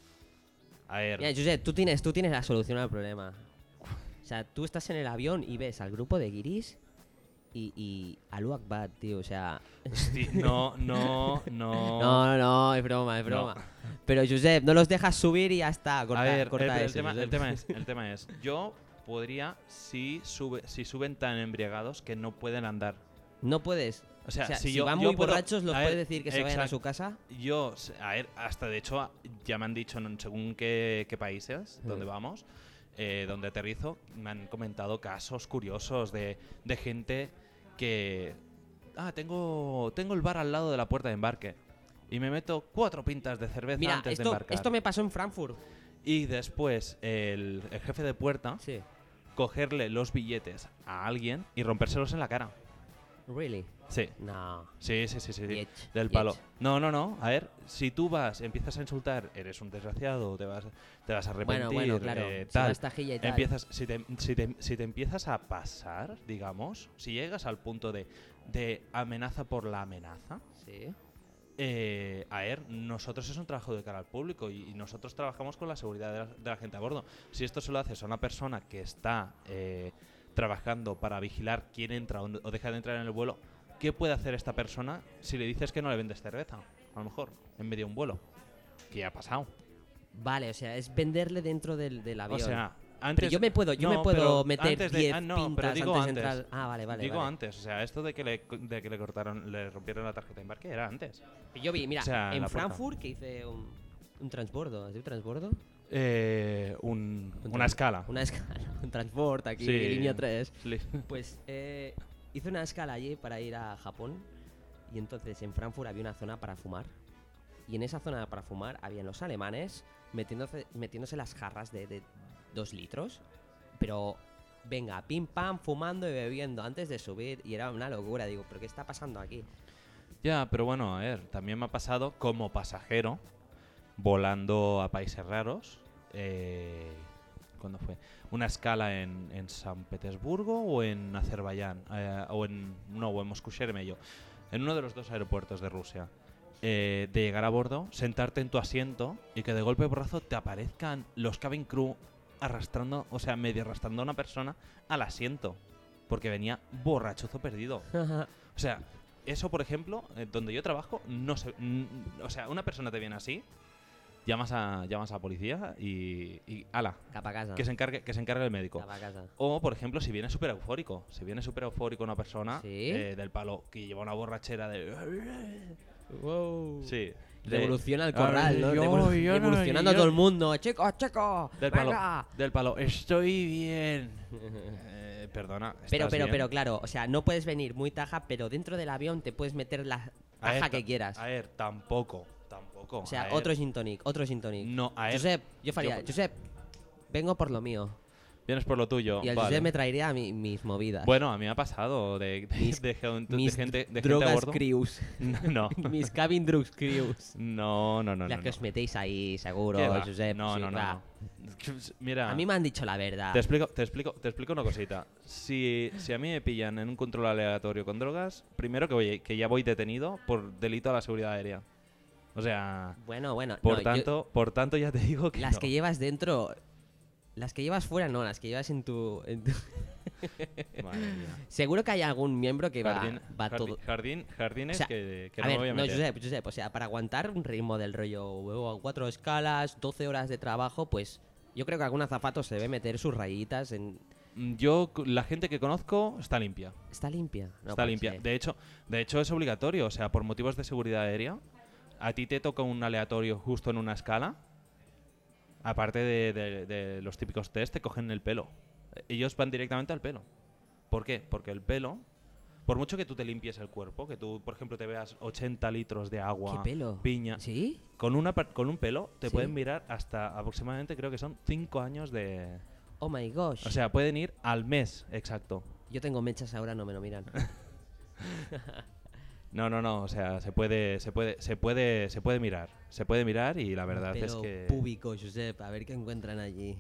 A ver, Mira, Josep, tú tienes, tú tienes la solución al problema. O sea, tú estás en el avión y ves al grupo de guiris y, y a Allahu Akbar, tío, o sea... hosti- no, no, no. No, no, no, es broma, es No. broma. Pero Josep, no los dejas subir y ya está, corta, a ver, corta el, el eso, tema, el Josep. tema es, el tema es, yo podría si, sube, si suben tan embriagados que no pueden andar. No puedes. O sea, O sea, si, si yo, van yo muy puedo- borrachos, ¿los a ver, puedes decir que se vayan a exact- su casa? Yo, a ver, hasta de hecho, ya me han dicho en según qué, qué países Sí. donde vamos, eh, donde aterrizo, me han comentado casos curiosos de, de gente que... Ah, tengo, tengo el bar al lado de la puerta de embarque y me meto cuatro pintas de cerveza Mira, antes de esto, embarcar. esto me pasó en Frankfurt. Y después el, el jefe de puerta Sí. cogerle los billetes a alguien y rompérselos en la cara. Really? Sí. No. Sí, sí, sí, sí. sí. Diech, Del diech. palo. No, no, no. A ver, si tú vas, empiezas a insultar, eres un desgraciado, te vas, te vas a arrepentir, Bueno, bueno, claro. eh, si tal. vas tajilla y tal. Empiezas, si te, si, te, si te empiezas a pasar, digamos, si llegas al punto de, de amenaza por la amenaza, Sí. eh, a ver, nosotros es un trabajo de cara al público y, y nosotros trabajamos con la seguridad de la, de la gente a bordo. Si esto se lo haces a una persona que está eh, trabajando para vigilar quién entra o, o deja de entrar en el vuelo, ¿qué puede hacer esta persona si le dices que no le vendes cerveza? A lo mejor, en medio de un vuelo. ¿Qué ha pasado? Vale, o sea, es venderle dentro del, del avión. O sea, pero antes... yo me puedo, yo no, me puedo pero meter antes de- diez ah, no, pintas pero digo antes de antes. entrar. Ah, vale, vale. Digo vale. antes, o sea, esto de que le, de que le cortaron, le rompieron la tarjeta de embarque era antes. Yo vi, mira, O sea, en en la puerta. Frankfurt que hice un, un transbordo. ¿Es un transbordo? Eh, un- Un una trans- escala. Una escala, un transport aquí, Sí. línea tres. Sí. Pues eh, hice una escala allí para ir a Japón y entonces en Frankfurt había una zona para fumar y en esa zona para fumar habían los alemanes metiéndose, metiéndose las jarras de, de dos litros, pero venga, pim pam, fumando y bebiendo antes de subir y era una locura. Digo, ¿pero qué está pasando aquí? Ya, pero bueno, a ver, también me ha pasado como pasajero volando a países raros. Eh, ¿Cuándo fue? Una escala en, en San Petersburgo o en Azerbaiyán, eh, o en no, o en Moscú Sheremeyo, en uno de los dos aeropuertos de Rusia. Eh, de llegar a bordo, sentarte en tu asiento y que de golpe porrazo te aparezcan los cabin crew arrastrando, o sea, medio arrastrando a una persona al asiento, porque venía borrachuzo perdido. O sea, eso, por ejemplo, eh, donde yo trabajo, no se, n- o sea, una persona te viene así, llamas a llamas a la policía y, y ala, Capa casa. que se encargue que se encargue el médico. Capa casa. O, por ejemplo, si viene súper eufórico, si viene súper eufórico una persona ¿Sí? eh, del palo que lleva una borrachera de... Wow. Sí. de- Revoluciona el corral, ¿no? yo- Revolu- yo no- revolucionando a yo- todo el mundo. Chicos, chicos. Del venga. palo, del palo, estoy bien. Eh, perdona. Pero, ¿estás pero, bien? pero, claro, o sea, no puedes venir muy taja, pero dentro del avión te puedes meter la A ver, taja que ta- quieras. A ver, tampoco, tampoco. O sea, a ver. otro gin tonic, otro gin tonic. No, a ver. Josep, yo faría, yo- Josep, vengo por lo mío. Vienes por lo tuyo. Y el vale. Josep me traería mi- mis movidas. Bueno, a mí me ha pasado de, de, Mis- de gen- de mis gente, de gente a drogas bordo. crews. No, mis cabin drugs crews. no, no, no. Las no, que no. os metéis ahí, seguro, ¿Qué va? Josep. No, sí, no, no, va. no. Mira, A mí me han dicho la verdad. te explico, te explico, te explico una cosita. Si, si a mí me pillan en un control aleatorio con drogas, primero que voy, que ya voy detenido por delito a la seguridad aérea. O sea, Bueno, bueno. por no, yo- tanto, por tanto ya te digo que las no. que llevas dentro. Las que llevas fuera, no, las que llevas en tu. en tu- Madre mía. Seguro que hay algún miembro que va, Jardín, va jardín- todo. jardín- jardines O sea, que, que a no ver, me voy a no, meter. Josep, Josep, o sea, para aguantar un ritmo del rollo huevo, cuatro escalas, doce horas de trabajo, pues yo creo que algún azafato se debe meter sus rayitas en. Yo, la gente que conozco está limpia. Está limpia. No está puede limpia. ser. De hecho, de hecho es obligatorio, o sea, por motivos de seguridad aérea, a ti te toca un aleatorio justo en una escala. Aparte de, de- de los típicos test, te cogen el pelo. Ellos van directamente al pelo. ¿Por qué? Porque el pelo, por mucho que tú te limpies el cuerpo, que tú, por ejemplo, te veas ochenta litros de agua, ¿Qué pelo? piña, ¿Sí? con, una, par- con un pelo te ¿Sí? pueden mirar hasta aproximadamente, creo que son cinco años de... Oh my gosh. O sea, pueden ir al mes, exacto. yo tengo mechas ahora, no me lo miran. No, no, no, o sea, se puede, se puede, se puede, se puede mirar, se puede mirar y la verdad es Pelo que púbico, Josep, a ver qué encuentran allí.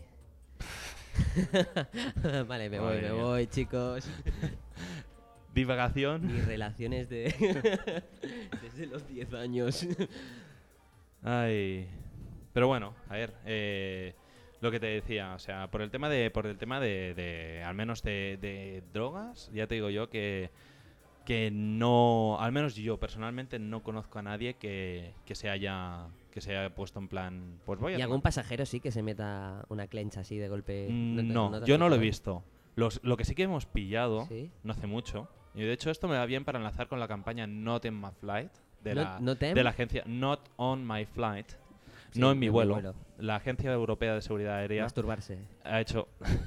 Vale, me voy, Madre me mía. voy, chicos. divagación. Mis relaciones de. desde los diez años. Ay, pero bueno, a ver, eh, lo que te decía, o sea, por el tema de, por el tema de, de al menos de, de drogas, ya te digo yo que que no, al menos yo personalmente no conozco a nadie que, que se haya que se haya puesto en plan, pues voy a... ¿Y tomar. algún pasajero sí que se meta una clencha así de golpe? Mm, te- no, te has yo no lo he fijado? visto. Los- lo que sí que hemos pillado, ¿Sí? no hace mucho, y de hecho esto me va bien para enlazar con la campaña Not in My Flight, de, No- la, no tem- de la agencia Not on My Flight, Sí, no en mi en mi vuelo. vuelo. La Agencia Europea de Seguridad Aérea Masturbarse. ha hecho...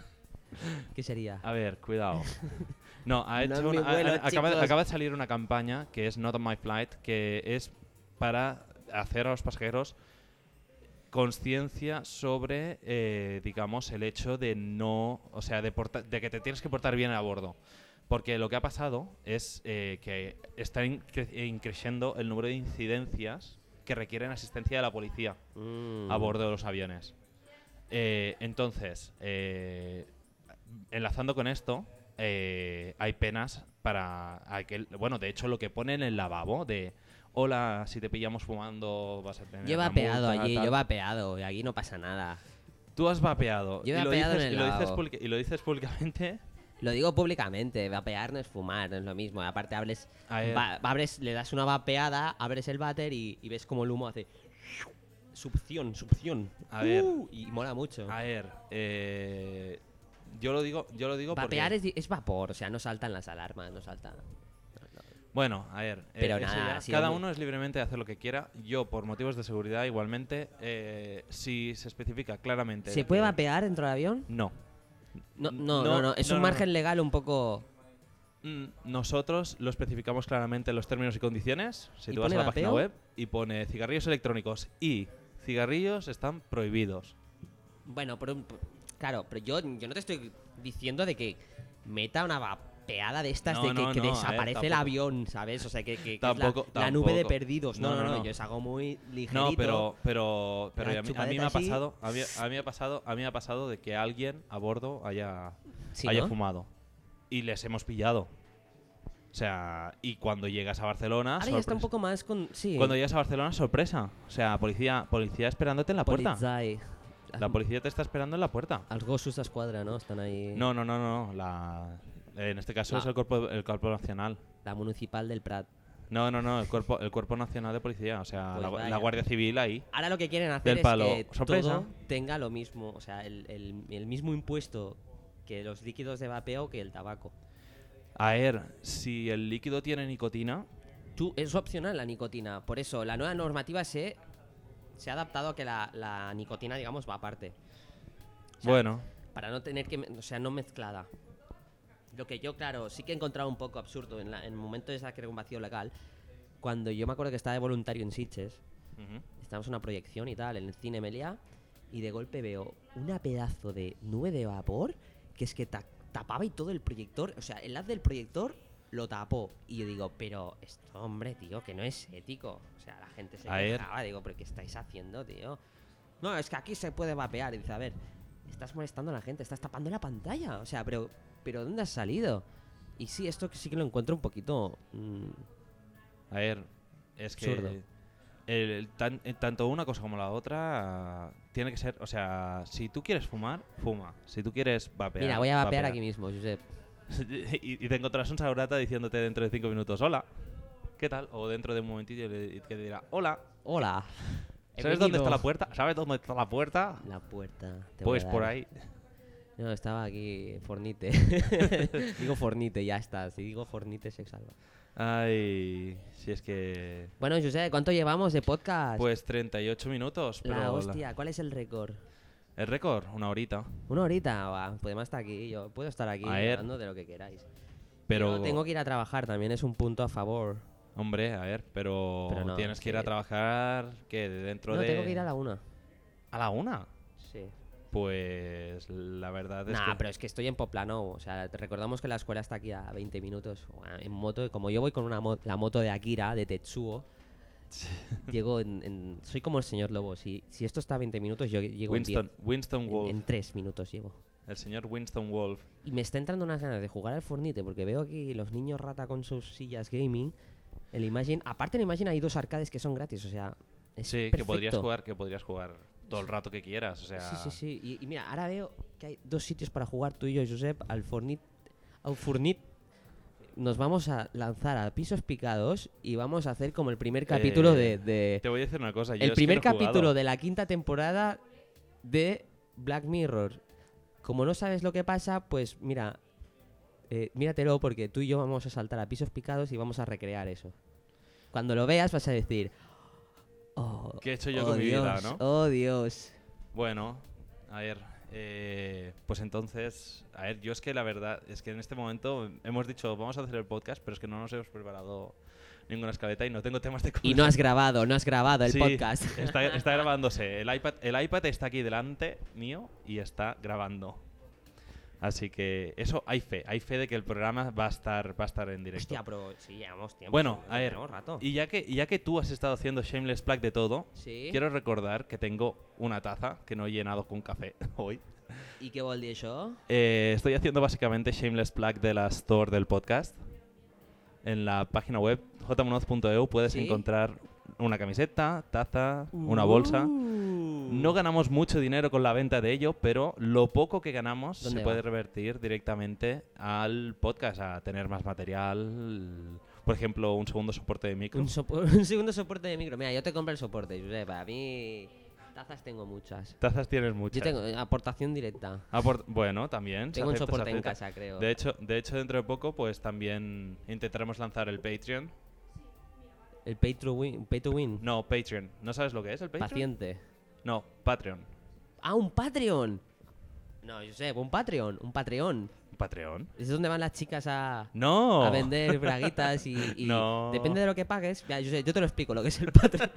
¿Qué sería? A ver, cuidado. No, ha No hecho en mi una- ha- vuelo, ha- acaba, chicos. acaba de salir una campaña que es Not on My Flight, que es para hacer a los pasajeros conciencia sobre, eh, digamos, el hecho de no, o sea, de, porta- de que te tienes que portar bien a bordo. Porque lo que ha pasado es eh, que está incre- increciendo el número de incidencias que requieren asistencia de la policía Mm. a bordo de los aviones. Eh, entonces, eh, enlazando con esto, eh, hay penas para aquel... Bueno, de hecho, lo que pone en el lavabo de... Hola, si te pillamos fumando vas a tener Yo he una vapeado multa, allí, tal". yo he vapeado, y aquí no pasa nada. Tú has vapeado. Yo he y, lo vapeado en dices, el y, lo dices lavabo. publica- y lo dices públicamente. Lo digo públicamente, vapear no es fumar, no es lo mismo. Aparte, abres, A ver. va- abres le das una vapeada, abres el váter y, y ves como el humo hace... Succión, succión. A ver. Uh, y mola mucho. A ver, eh, yo lo digo, yo lo digo Vapear porque... es, di- es vapor, o sea, no saltan las alarmas, no saltan... Bueno, a ver, eh, Pero eso nada, ya, ha sido cada muy- uno es libremente de hacer lo que quiera. Yo, por motivos de seguridad, igualmente, eh, si se especifica claramente... ¿Se de puede que- vapear dentro del avión? No. No, N- no, no, no, no, es no, un no, margen no. legal un poco... Mm, Nosotros lo especificamos claramente en los términos y condiciones. Si ¿Y tú vas a pone la página vapeo? web y pone cigarrillos electrónicos y cigarrillos están prohibidos. Bueno, pero, pero- claro, pero yo, yo no te estoy diciendo de que meta una vapeada de estas No, de que, no, que no, a ver, desaparece el tampoco. avión, ¿sabes? O sea, que, que- que es Tampoco- la, la nube de tampoco. perdidos. No, No, no, no, no, no. yo es algo muy ligerito. No, pero pero pero Una a mí, a mí chupadeta me ha así. pasado, a mí, a mí me ha pasado, a mí me ha pasado de que alguien a bordo haya Sí, haya ¿no? fumado y les hemos pillado. O sea, y cuando llegas a Barcelona, Ahora ya está un sorpresa. poco más con... Sí. Cuando llegas a Barcelona, sorpresa. O sea, policía, policía esperándote en la puerta. Polizei. La policía te está esperando en la puerta. Els Gossos d'Esquadra, ¿no? Están ahí... No, no, no, no. La, en este caso La- es el cuerpo, el cuerpo nacional. La municipal del Prat. No, no, no. El cuerpo, el cuerpo nacional de policía. O sea, Pues la, vaya. la Guardia Civil ahí. Ahora lo que quieren hacer Del palo. es que Sorpresa. todo tenga lo mismo. O sea, el, el- el mismo impuesto que los líquidos de vapeo que el tabaco. A ver, si el líquido tiene nicotina, Tú, es opcional la nicotina. Por eso, la nueva normativa se, se ha adaptado a que la, la nicotina, digamos, va aparte. O sea, bueno, Para no tener que... me- O sea, no mezclada. Lo que yo, claro, sí que he encontrado un poco absurdo en, la- en el momento de esa que era un vacío legal. Cuando yo me acuerdo que estaba de voluntario en Sitges, ujú. estábamos en una proyección y tal, en el cine Meliá, y de golpe veo una pedazo de nube de vapor que es que ta- tapaba y todo el proyector, o sea, el haz del proyector lo tapó. Y yo digo, pero esto, hombre, tío, que no es ético. O sea, la gente se A ver. quejaba, digo, pero ¿qué estáis haciendo, tío? No, es que aquí se puede vapear. Y dice, a ver, estás molestando a la gente, estás tapando la pantalla. O sea, pero, pero ¿dónde has salido? Y sí, esto sí que lo encuentro un poquito... mm, A ver, es que Absurdo. el- el tan- eh, tanto una cosa como la otra tiene que ser, o sea, si tú quieres fumar, fuma. Si tú quieres vapear, Mira, voy a vapear vapea. aquí mismo, Josep. y, y te encontrarás un saurata diciéndote dentro de cinco minutos, hola, ¿qué tal? O dentro de un momentillo le- que te dirá, hola. Hola. He ¿Sabes dónde está venido. la puerta? ¿Sabes dónde está la puerta? La puerta. te voy Pues a por dar. ahí. No, estaba aquí Fornite. Digo Fornite, ya está. Si digo Fornite se salva. Ay, si es que... Bueno, José, ¿cuánto llevamos de podcast? Pues treinta y ocho minutos, pero... la la- hostia, ¿cuál es el récord? El récord, una horita. Una horita, va. Podemos estar aquí. Yo puedo estar aquí A ver. hablando de lo que queráis. Pero... Yo tengo que ir a trabajar, también es un punto a favor. Hombre, a ver, pero, Pero no, tienes que ir sí. a trabajar, ¿qué? De dentro No, de... tengo que ir a la una. ¿A la una? Sí. Pues la verdad es Nah, que... pero es que estoy en Poplano. O sea, te recordamos que la escuela está aquí a veinte minutos. Bueno, en moto, como yo voy con una mo- la moto de Akira, de Tetsuo. Llego en, en- Soy como el señor Lobo. Si, si esto está a veinte minutos, yo llego en diez. Winston, Winston En, Wolf, en tres minutos llego. el señor Winston Wolf. Y me está entrando unas ganas de jugar al Fornite porque veo aquí los niños rata con sus sillas gaming. El Imagine, aparte en Imagine hay dos arcades que son gratis, o sea, es Sí, que perfecto. podrías jugar, que podrías jugar todo el rato que quieras, o sea... Sí, sí, sí. Y, y mira, ahora veo que hay dos sitios para jugar tú y yo, Josep, al Fornite, al Fornite nos vamos a lanzar a pisos picados y vamos a hacer como el primer capítulo Eh, de, de- Te voy a decir una cosa. Yo el es que primer no he jugado. capítulo de la quinta temporada de Black Mirror. Como no sabes lo que pasa, pues mira, eh, míratelo porque tú y yo vamos a saltar a pisos picados y vamos a recrear eso. Cuando lo veas vas a decir, oh, ¿Qué he hecho yo oh con mi Dios, vida, no? oh Dios. Bueno, a ver, eh, pues entonces, a ver, yo es que la verdad es que en este momento hemos dicho vamos a hacer el podcast, pero es que no nos hemos preparado ninguna escaleta y no tengo temas de Y conversación. no has grabado, no has grabado el Sí, podcast. Está, está grabándose. El iPad, el iPad está aquí delante mío y está grabando. Así que eso hay fe, hay fe de que el programa va a estar, va a estar en directo. Hostia, pero sí, llevamos tiempo. Bueno, sí, a ver, tenemos rato. y ya que, y ya que tú has estado haciendo Shameless Plug de todo, Sí. quiero recordar que tengo una taza que no he llenado con café hoy. ¿Y qué vol dir això? Eh, estoy haciendo básicamente Shameless Plug de la store del podcast. En la página web j munoz punto e u puedes ¿Sí? encontrar una camiseta, taza, una bolsa. Uh. No ganamos mucho dinero con la venta de ello, pero lo poco que ganamos se ¿Dónde puede va? revertir directamente al podcast, a tener más material. Por ejemplo, un segundo soporte de micro. Un, sopo- un segundo soporte de micro. Mira, yo te compro el soporte, Josep. A mí tazas tengo muchas. Tazas tienes muchas. Yo tengo eh, aportación directa. Aport- bueno, también. se Tengo un acepta, se soporte en acepta. casa, creo. De hecho, de hecho, dentro de poco, pues también intentaremos lanzar el Patreon. El pay to win. Pay to win. No, Patreon. ¿No sabes lo que es el Patreon? Paciente. No, Patreon. Ah, un Patreon. No, Josep, un Patreon. Un Patreon. ¿Patreon? Es donde van las chicas a, No. a vender braguitas y, y No. depende de lo que pagues. Mira, Josep, yo te lo explico lo que es el Patreon.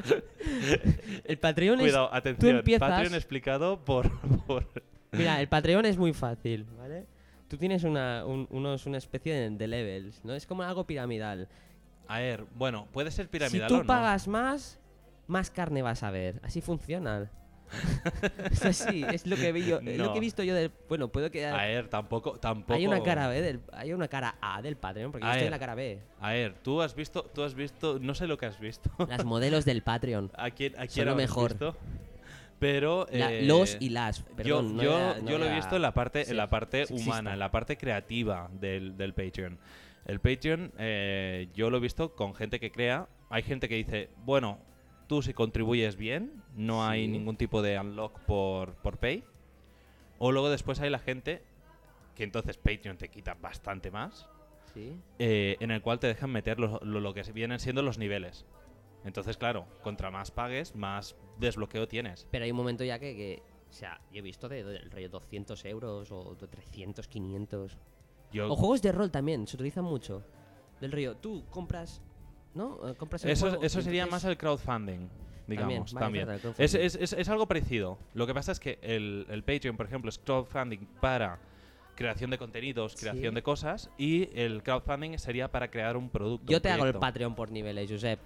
El Patreon Cuidado, es... atención. empiezas- Patreon explicado por, por... Mira, el Patreon es muy fácil, ¿vale? Tú tienes una, un- unos, una especie de, de levels, ¿no? Es como algo piramidal. A ver, bueno, puede ser piramidal Si tú o no. pagas más, más carne vas a ver. Así funciona. Es así, es lo que, vi yo, es lo No. que he visto yo del... Bueno, puedo que... A ver, tampoco, tampoco... Hay una cara B, del, hay una cara A del Patreon, porque yo A estoy en ver. la cara B. A ver, tú has visto, tú has visto, no sé lo que has visto. Las modelos del Patreon. ¿A quién, a Son quién lo habrás mejor. visto? Pero La- eh, los y las. yo, Perdón, no yo, voy a- no yo lo voy he a visto en la parte, en ser la parte sexista. humana, en la parte creativa del, del Patreon. El Patreon, eh, yo lo he visto con gente que crea. Hay gente que dice, bueno, tú si contribuyes bien, no hay Sí. ningún tipo de unlock por, por Pay. O luego después hay la gente que entonces Patreon te quita bastante más, Sí. eh, en el cual te dejan meter lo, lo, lo que vienen siendo los niveles. Entonces, claro, contra más pagues, más desbloqueo tienes. Pero hay un momento ya que, que o sea, yo he visto de, del rollo doscientos euros o de trescientos, quinientos. Yo, O juegos de rol también, se utilizan mucho. Del rollo, tú compras, ¿no? Eh, Compras el Eso, juego eso y sería entonces- más el crowdfunding, digamos, vale, también. es verdad, el Es, crowdfunding. es, es, es algo parecido. Lo que pasa es que el, el Patreon, por ejemplo, es crowdfunding para creación de contenidos, creación Sí. de cosas, y el crowdfunding sería para crear un producto. Yo un te hago el proyecto. Patreon por niveles, Josep.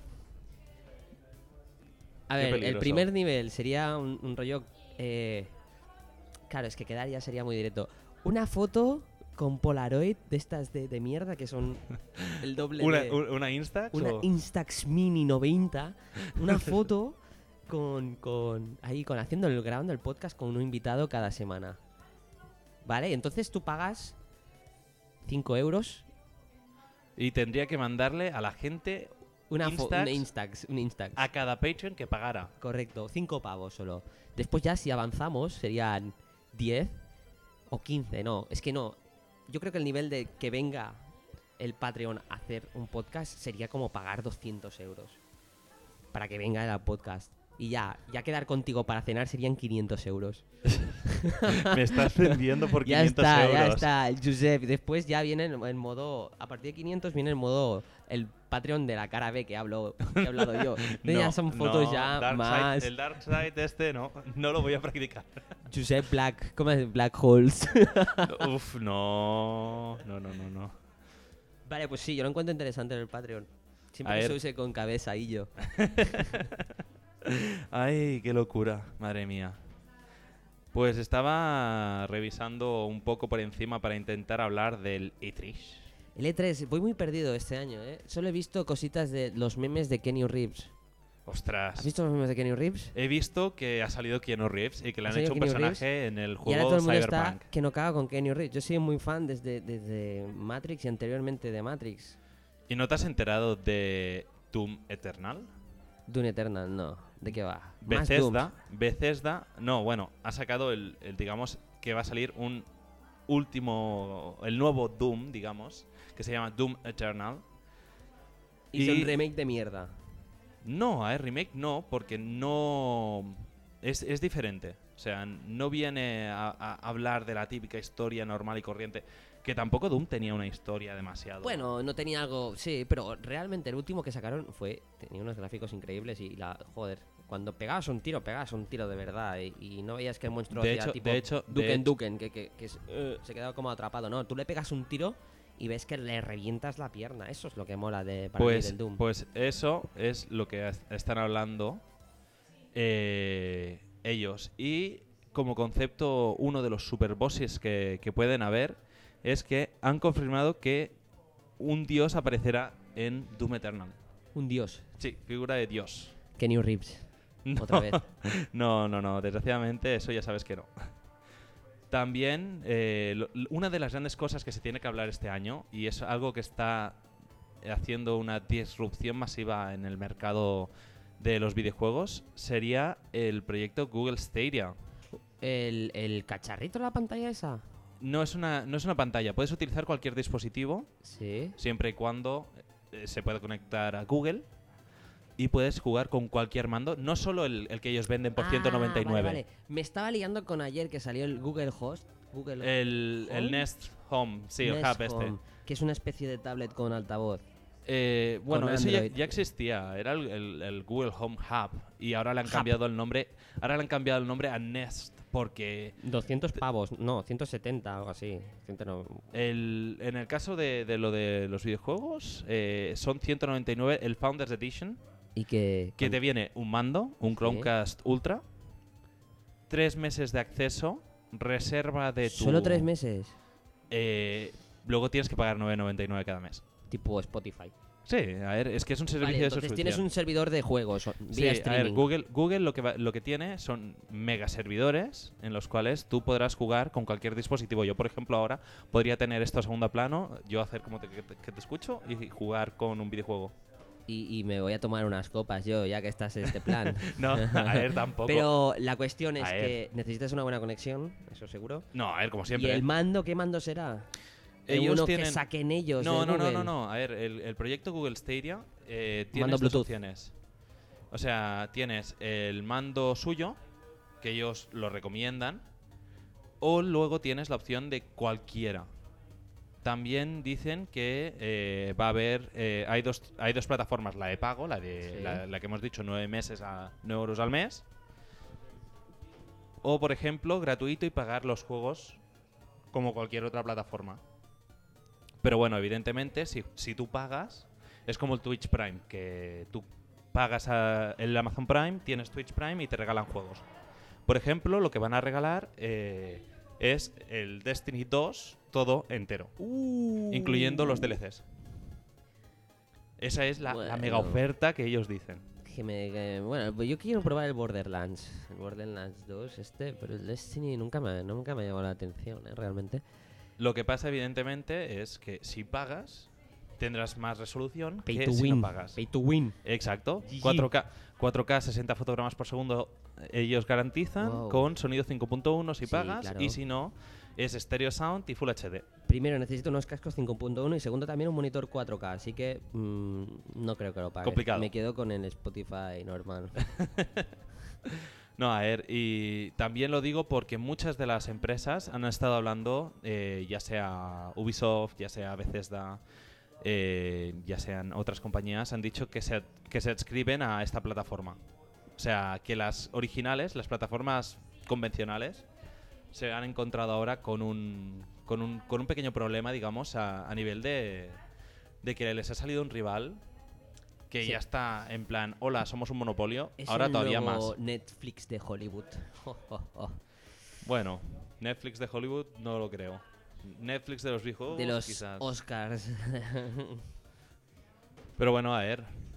A Qué ver, el peligroso. primer nivel sería un, un rollo... eh, claro, es que quedar ya sería muy directo. Una foto con Polaroid de estas de, de mierda que son el doble Una, de... un- una Instax Una o- Instax Mini noventa. Una foto con, con... Ahí, con haciendo el grabando el podcast con un invitado cada semana. ¿Vale? Entonces tú pagas cinco euros. y tendría que mandarle a la gente Una, fo- Instax una Instax. Una Instax. a cada Patreon que pagara. Correcto, cinco pavos solo. Después ya si avanzamos serían diez o quince, no, es que no. Yo creo que el nivel de que venga el Patreon a hacer un podcast sería como pagar doscientos euros para que venga el podcast. Y ya, ya quedar contigo para cenar serían quinientos euros. Me estás vendiendo por Ya quinientos está, euros. ya está, el Josep. Después ya viene en, en modo, a partir de quinientos viene en modo el Patreon de la cara B que hablo, que he hablado yo. No, ya son fotos no, ya Dark Side- más... el Dark Side este no, no lo voy a practicar. Josep Black, ¿cómo es? Black Holes. Uf, no, no, no, no, no. Vale, pues sí, yo lo encuentro interesante en el Patreon. A Siempre ver. se use con cabeza y yo. Ay, qué locura, madre mía. Pues estaba revisando un poco por encima para intentar hablar del E tres. El E tres, voy muy perdido este año, ¿eh? Solo he visto cositas de los memes de Kenny Reeves. Ostras. ¿Has visto los memes de Keanu Reeves? He visto que ha salido Keanu Reeves y que le ¿Ha han salido hecho un Keanu personaje Reeves? en el Y ahora juego todo el mundo Cyberpunk. está que no caga con Keanu Reeves. Yo soy muy fan desde, desde Matrix y anteriormente de Matrix. ¿Y no te has enterado de Doom Eternal? Doom Eternal, no. ¿De qué va? Más Bethesda, Dooms. Bethesda, no, bueno, ha sacado el, el, digamos, que va a salir un último, el nuevo Doom, digamos, que se llama Doom Eternal. Y es un remake de mierda. No, a ver, remake no, porque no... Es, es diferente. O sea, no viene a, a hablar de la típica historia normal y corriente. Que tampoco Doom tenía una historia demasiado... Bueno, no tenía algo... Sí, pero realmente el último que sacaron fue... Tenía unos gráficos increíbles y la... Joder, cuando pegabas un tiro, pegabas un tiro de verdad. Y, y no veías que el monstruo De hacía hecho- tipo de hecho- de Duken hecho- Duken, que, que, que es- eh, se quedaba como atrapado. No, tú le pegas un tiro y ves que le revientas la pierna. Eso es lo que mola de, para mí Pues, del Doom. pues eso es lo que es- están hablando eh, ellos. Y como concepto, uno de los superbosses que, que pueden haber es que han confirmado que un dios aparecerá en Doom Eternal. Un dios. Sí, figura de dios. Keanu Reeves. No, Otra vez. no, no, no, desgraciadamente eso ya sabes que no. También, eh, lo- l- una de las grandes cosas que se tiene que hablar este año, y es algo que está haciendo una disrupción masiva en el mercado de los videojuegos, sería el proyecto Google Stadia. El, el cacharrito de la pantalla esa. No es una, no es una pantalla, puedes utilizar cualquier dispositivo Sí. siempre y cuando eh, se pueda conectar a Google y puedes jugar con cualquier mando, no solo el, el que ellos venden por Ah, ciento noventa y nueve. Vale, vale. Me estaba liando con ayer que salió el Google Host. Google El, el Home. Nest Home, sí, el Nest Hub este. Home, que es una especie de tablet con altavoz. Eh, bueno, Con eso ya, Android. ya existía, era el, el- el Google Home Hub y ahora le han Hub. cambiado el nombre, ahora le han cambiado el nombre a Nest porque doscientos pavos, no, ciento setenta, algo así. ciento no- el, en el caso de, de lo de los videojuegos eh, son ciento noventa y nueve el Founders Edition, Y que... que te viene un mando, un Sí. Chromecast Ultra, tres meses de acceso, reserva de tu... Solo tres meses. eh, luego tienes que pagar nueve noventa y nueve cada mes. Tipo Spotify. Sí, a ver, es que es un servicio Vale, de entonces suscripción. tienes un servidor de juegos o- Sí, vía a ver, streaming. Google, Google lo, que va- lo que tiene son mega servidores en los cuales tú podrás jugar con cualquier dispositivo. Yo, por ejemplo, ahora podría tener esto a segundo plano, yo hacer como te- que, te, que te escucho y jugar con un videojuego. Y, y me voy a tomar unas copas yo, ya que estás en este plan. No, a ver, tampoco. Pero la cuestión es A ver. que necesitas una buena conexión, eso seguro. No, a ver, como ¿Y siempre. el mando qué mando será? Ellos Uno tienen... que saquen ellos No, de no, no, Google. no, no. A ver, el, el proyecto Google Stadia eh, tiene Mando dos Bluetooth. opciones. O sea, tienes el mando suyo, que ellos lo recomiendan, o luego tienes la opción de cualquiera. También dicen que eh, va a haber... eh, hay, dos, hay dos plataformas, la de pago, la de Sí. la, la que hemos dicho, nueve meses a nueve euros al mes. O, por ejemplo, gratuito y pagar los juegos como cualquier otra plataforma. Pero bueno, evidentemente, si, si tú pagas, es como el Twitch Prime, que tú pagas a- el Amazon Prime, tienes Twitch Prime y te regalan juegos. Por ejemplo, lo que van a regalar eh, es el Destiny dos todo entero, Uh. incluyendo los D L Cs. Esa es la, la mega Bueno. oferta que ellos dicen. Que me, que- bueno, pues yo quiero probar el Borderlands. El Borderlands dos este, pero el Destiny nunca me, nunca me ha llamado la atención, ¿eh? Realmente. Lo que pasa, evidentemente, es que si pagas, tendrás más resolución Pay que to si win. no pagas. Pay to win. Exacto. G G. cuatro K, cuatro K, sesenta fotogramas por segundo, ellos garantizan, Wow. con sonido cinco punto uno si Sí, pagas, claro. y si no, es Stereo Sound y Full H D. Primero necesito unos cascos cinco punto uno y segundo también un monitor cuatro K, así que mm, no creo que lo pague. Complicado. Me quedo con el Spotify normal. No, a ver, y también lo digo porque muchas de las empresas han estado hablando, eh, ya sea Ubisoft, ya sea Bethesda, eh, ya sean otras compañías, han dicho que se, que se adscriben a esta plataforma. O sea, que las originales, las plataformas convencionales, se han encontrado ahora con un, con un, con un pequeño problema, digamos, a, a nivel de, de que les ha salido un rival que Sí. ya está en plan, hola, somos un monopolio, Es ahora el todavía nuevo más. Netflix de Hollywood. Oh, oh, oh. Bueno, Netflix de Hollywood no lo creo. Netflix de los videojuegos, De los quizás. Oscars. Pero bueno, a ver.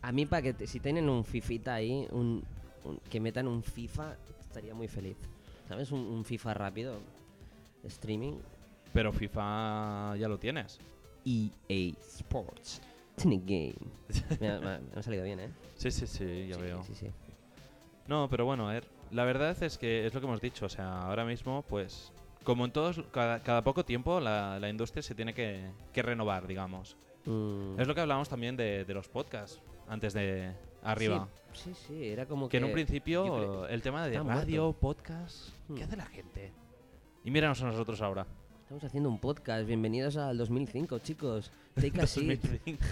A mí, para que te- si tienen un fifita ahí, un, un- que metan un FIFA, estaría muy feliz. ¿Sabes? Un, un FIFA rápido, streaming. Pero FIFA ya lo tienes. E A Sports. Tiene game. Me ha, me ha- me ha salido bien, ¿eh? Sí, sí, sí, ya sí, veo. Sí, sí. No, pero bueno, a ver, la verdad es que es lo que hemos dicho, o sea, ahora mismo, pues, como en todos, cada, cada poco tiempo la, la industria se tiene que, que renovar, digamos. Mm. Es lo que hablábamos también de, de los podcasts, antes de arriba. Sí, sí, sí, era como Que que... en un yo principio creo- el tema de está radio, muerto. podcast, ¿qué Hmm. hace la gente? Y míranos a nosotros ahora. Estamos haciendo un podcast. Bienvenidos al dos mil cinco, chicos. Take a seat. dos mil cinco.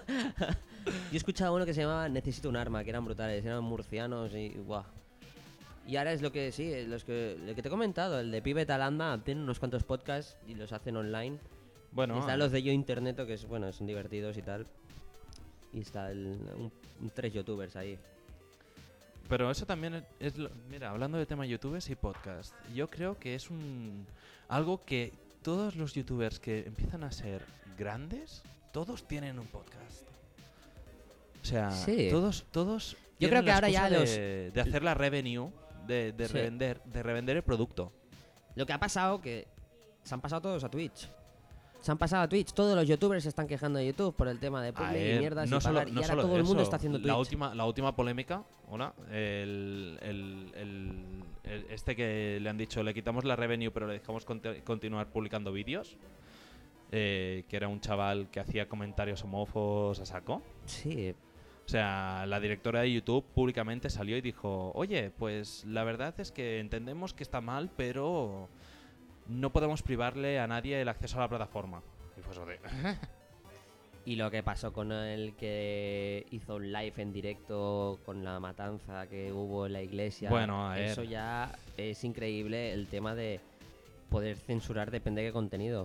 Yo escuchaba uno que se llamaba Necesito un arma, que eran brutales, eran murcianos y guau. Y ahora es lo que sí, eh, los que, lo que te he comentado, el de Pibe Talanda, tiene unos cuantos podcasts y los hacen online. Bueno, Y están los de Yo Interneto, que es bueno, son divertidos y tal. Y está el, un, un- tres youtubers ahí. pero eso también es, es lo- mira, hablando de tema youtubers y podcast, yo creo que es un algo que todos los youtubers que empiezan a ser grandes, todos tienen un podcast. O sea, Sí. todos, todos. Yo tienen creo que la ahora ya excusa los- de, de hacer la revenue, de, de Sí. revender, de revender el producto. Lo que ha pasado que se han pasado todos a Twitch. Se han pasado a Twitch. Todos los youtubers se están quejando de YouTube por el tema de A publi y ver, mierdas no y solo, pagar. no y ahora solo todo el mundo eso, está haciendo Twitch. La última, la última polémica, hola, el, el- el- el- este que le han dicho, le quitamos la revenue pero le dejamos conti- continuar publicando vídeos, eh, que era un chaval que hacía comentarios homófobos a saco. Sí. O sea, la directora de YouTube públicamente salió y dijo, oye, pues la verdad es que entendemos que está mal, pero no podemos privarle a nadie el acceso a la plataforma. Y fue eso de... Y lo que pasó con el que hizo un live en directo con la matanza que hubo en la iglesia. Bueno, a ver. Eso ya es increíble, el tema de poder censurar depende de qué contenido.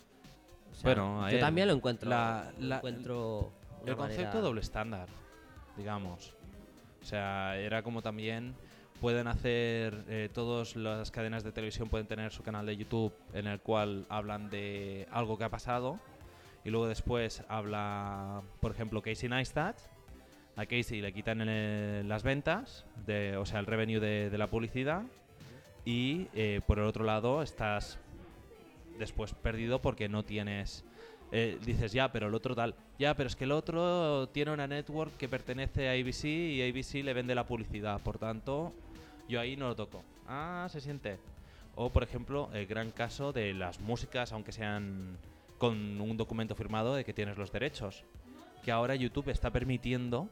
O sea, Bueno, a yo ver, también lo encuentro. la- lo la- encuentro una El concepto manera- doble estándar, digamos. O sea, era como también pueden hacer, eh, todas las cadenas de televisión pueden tener su canal de YouTube en el cual hablan de algo que ha pasado y luego después habla, por ejemplo, Casey Neistat. A Casey le quitan el- las ventas, de, o sea, el revenue de, de la publicidad y eh, por el otro lado estás después perdido porque no tienes... Eh, dices, ya, pero el otro tal. Ya, pero es que el otro tiene una network que pertenece a A B C y A B C le vende la publicidad. Por tanto, yo ahí no lo toco. Ah, se siente. O, por ejemplo, el gran caso de las músicas, aunque sean con un documento firmado de que tienes los derechos. Que ahora YouTube está permitiendo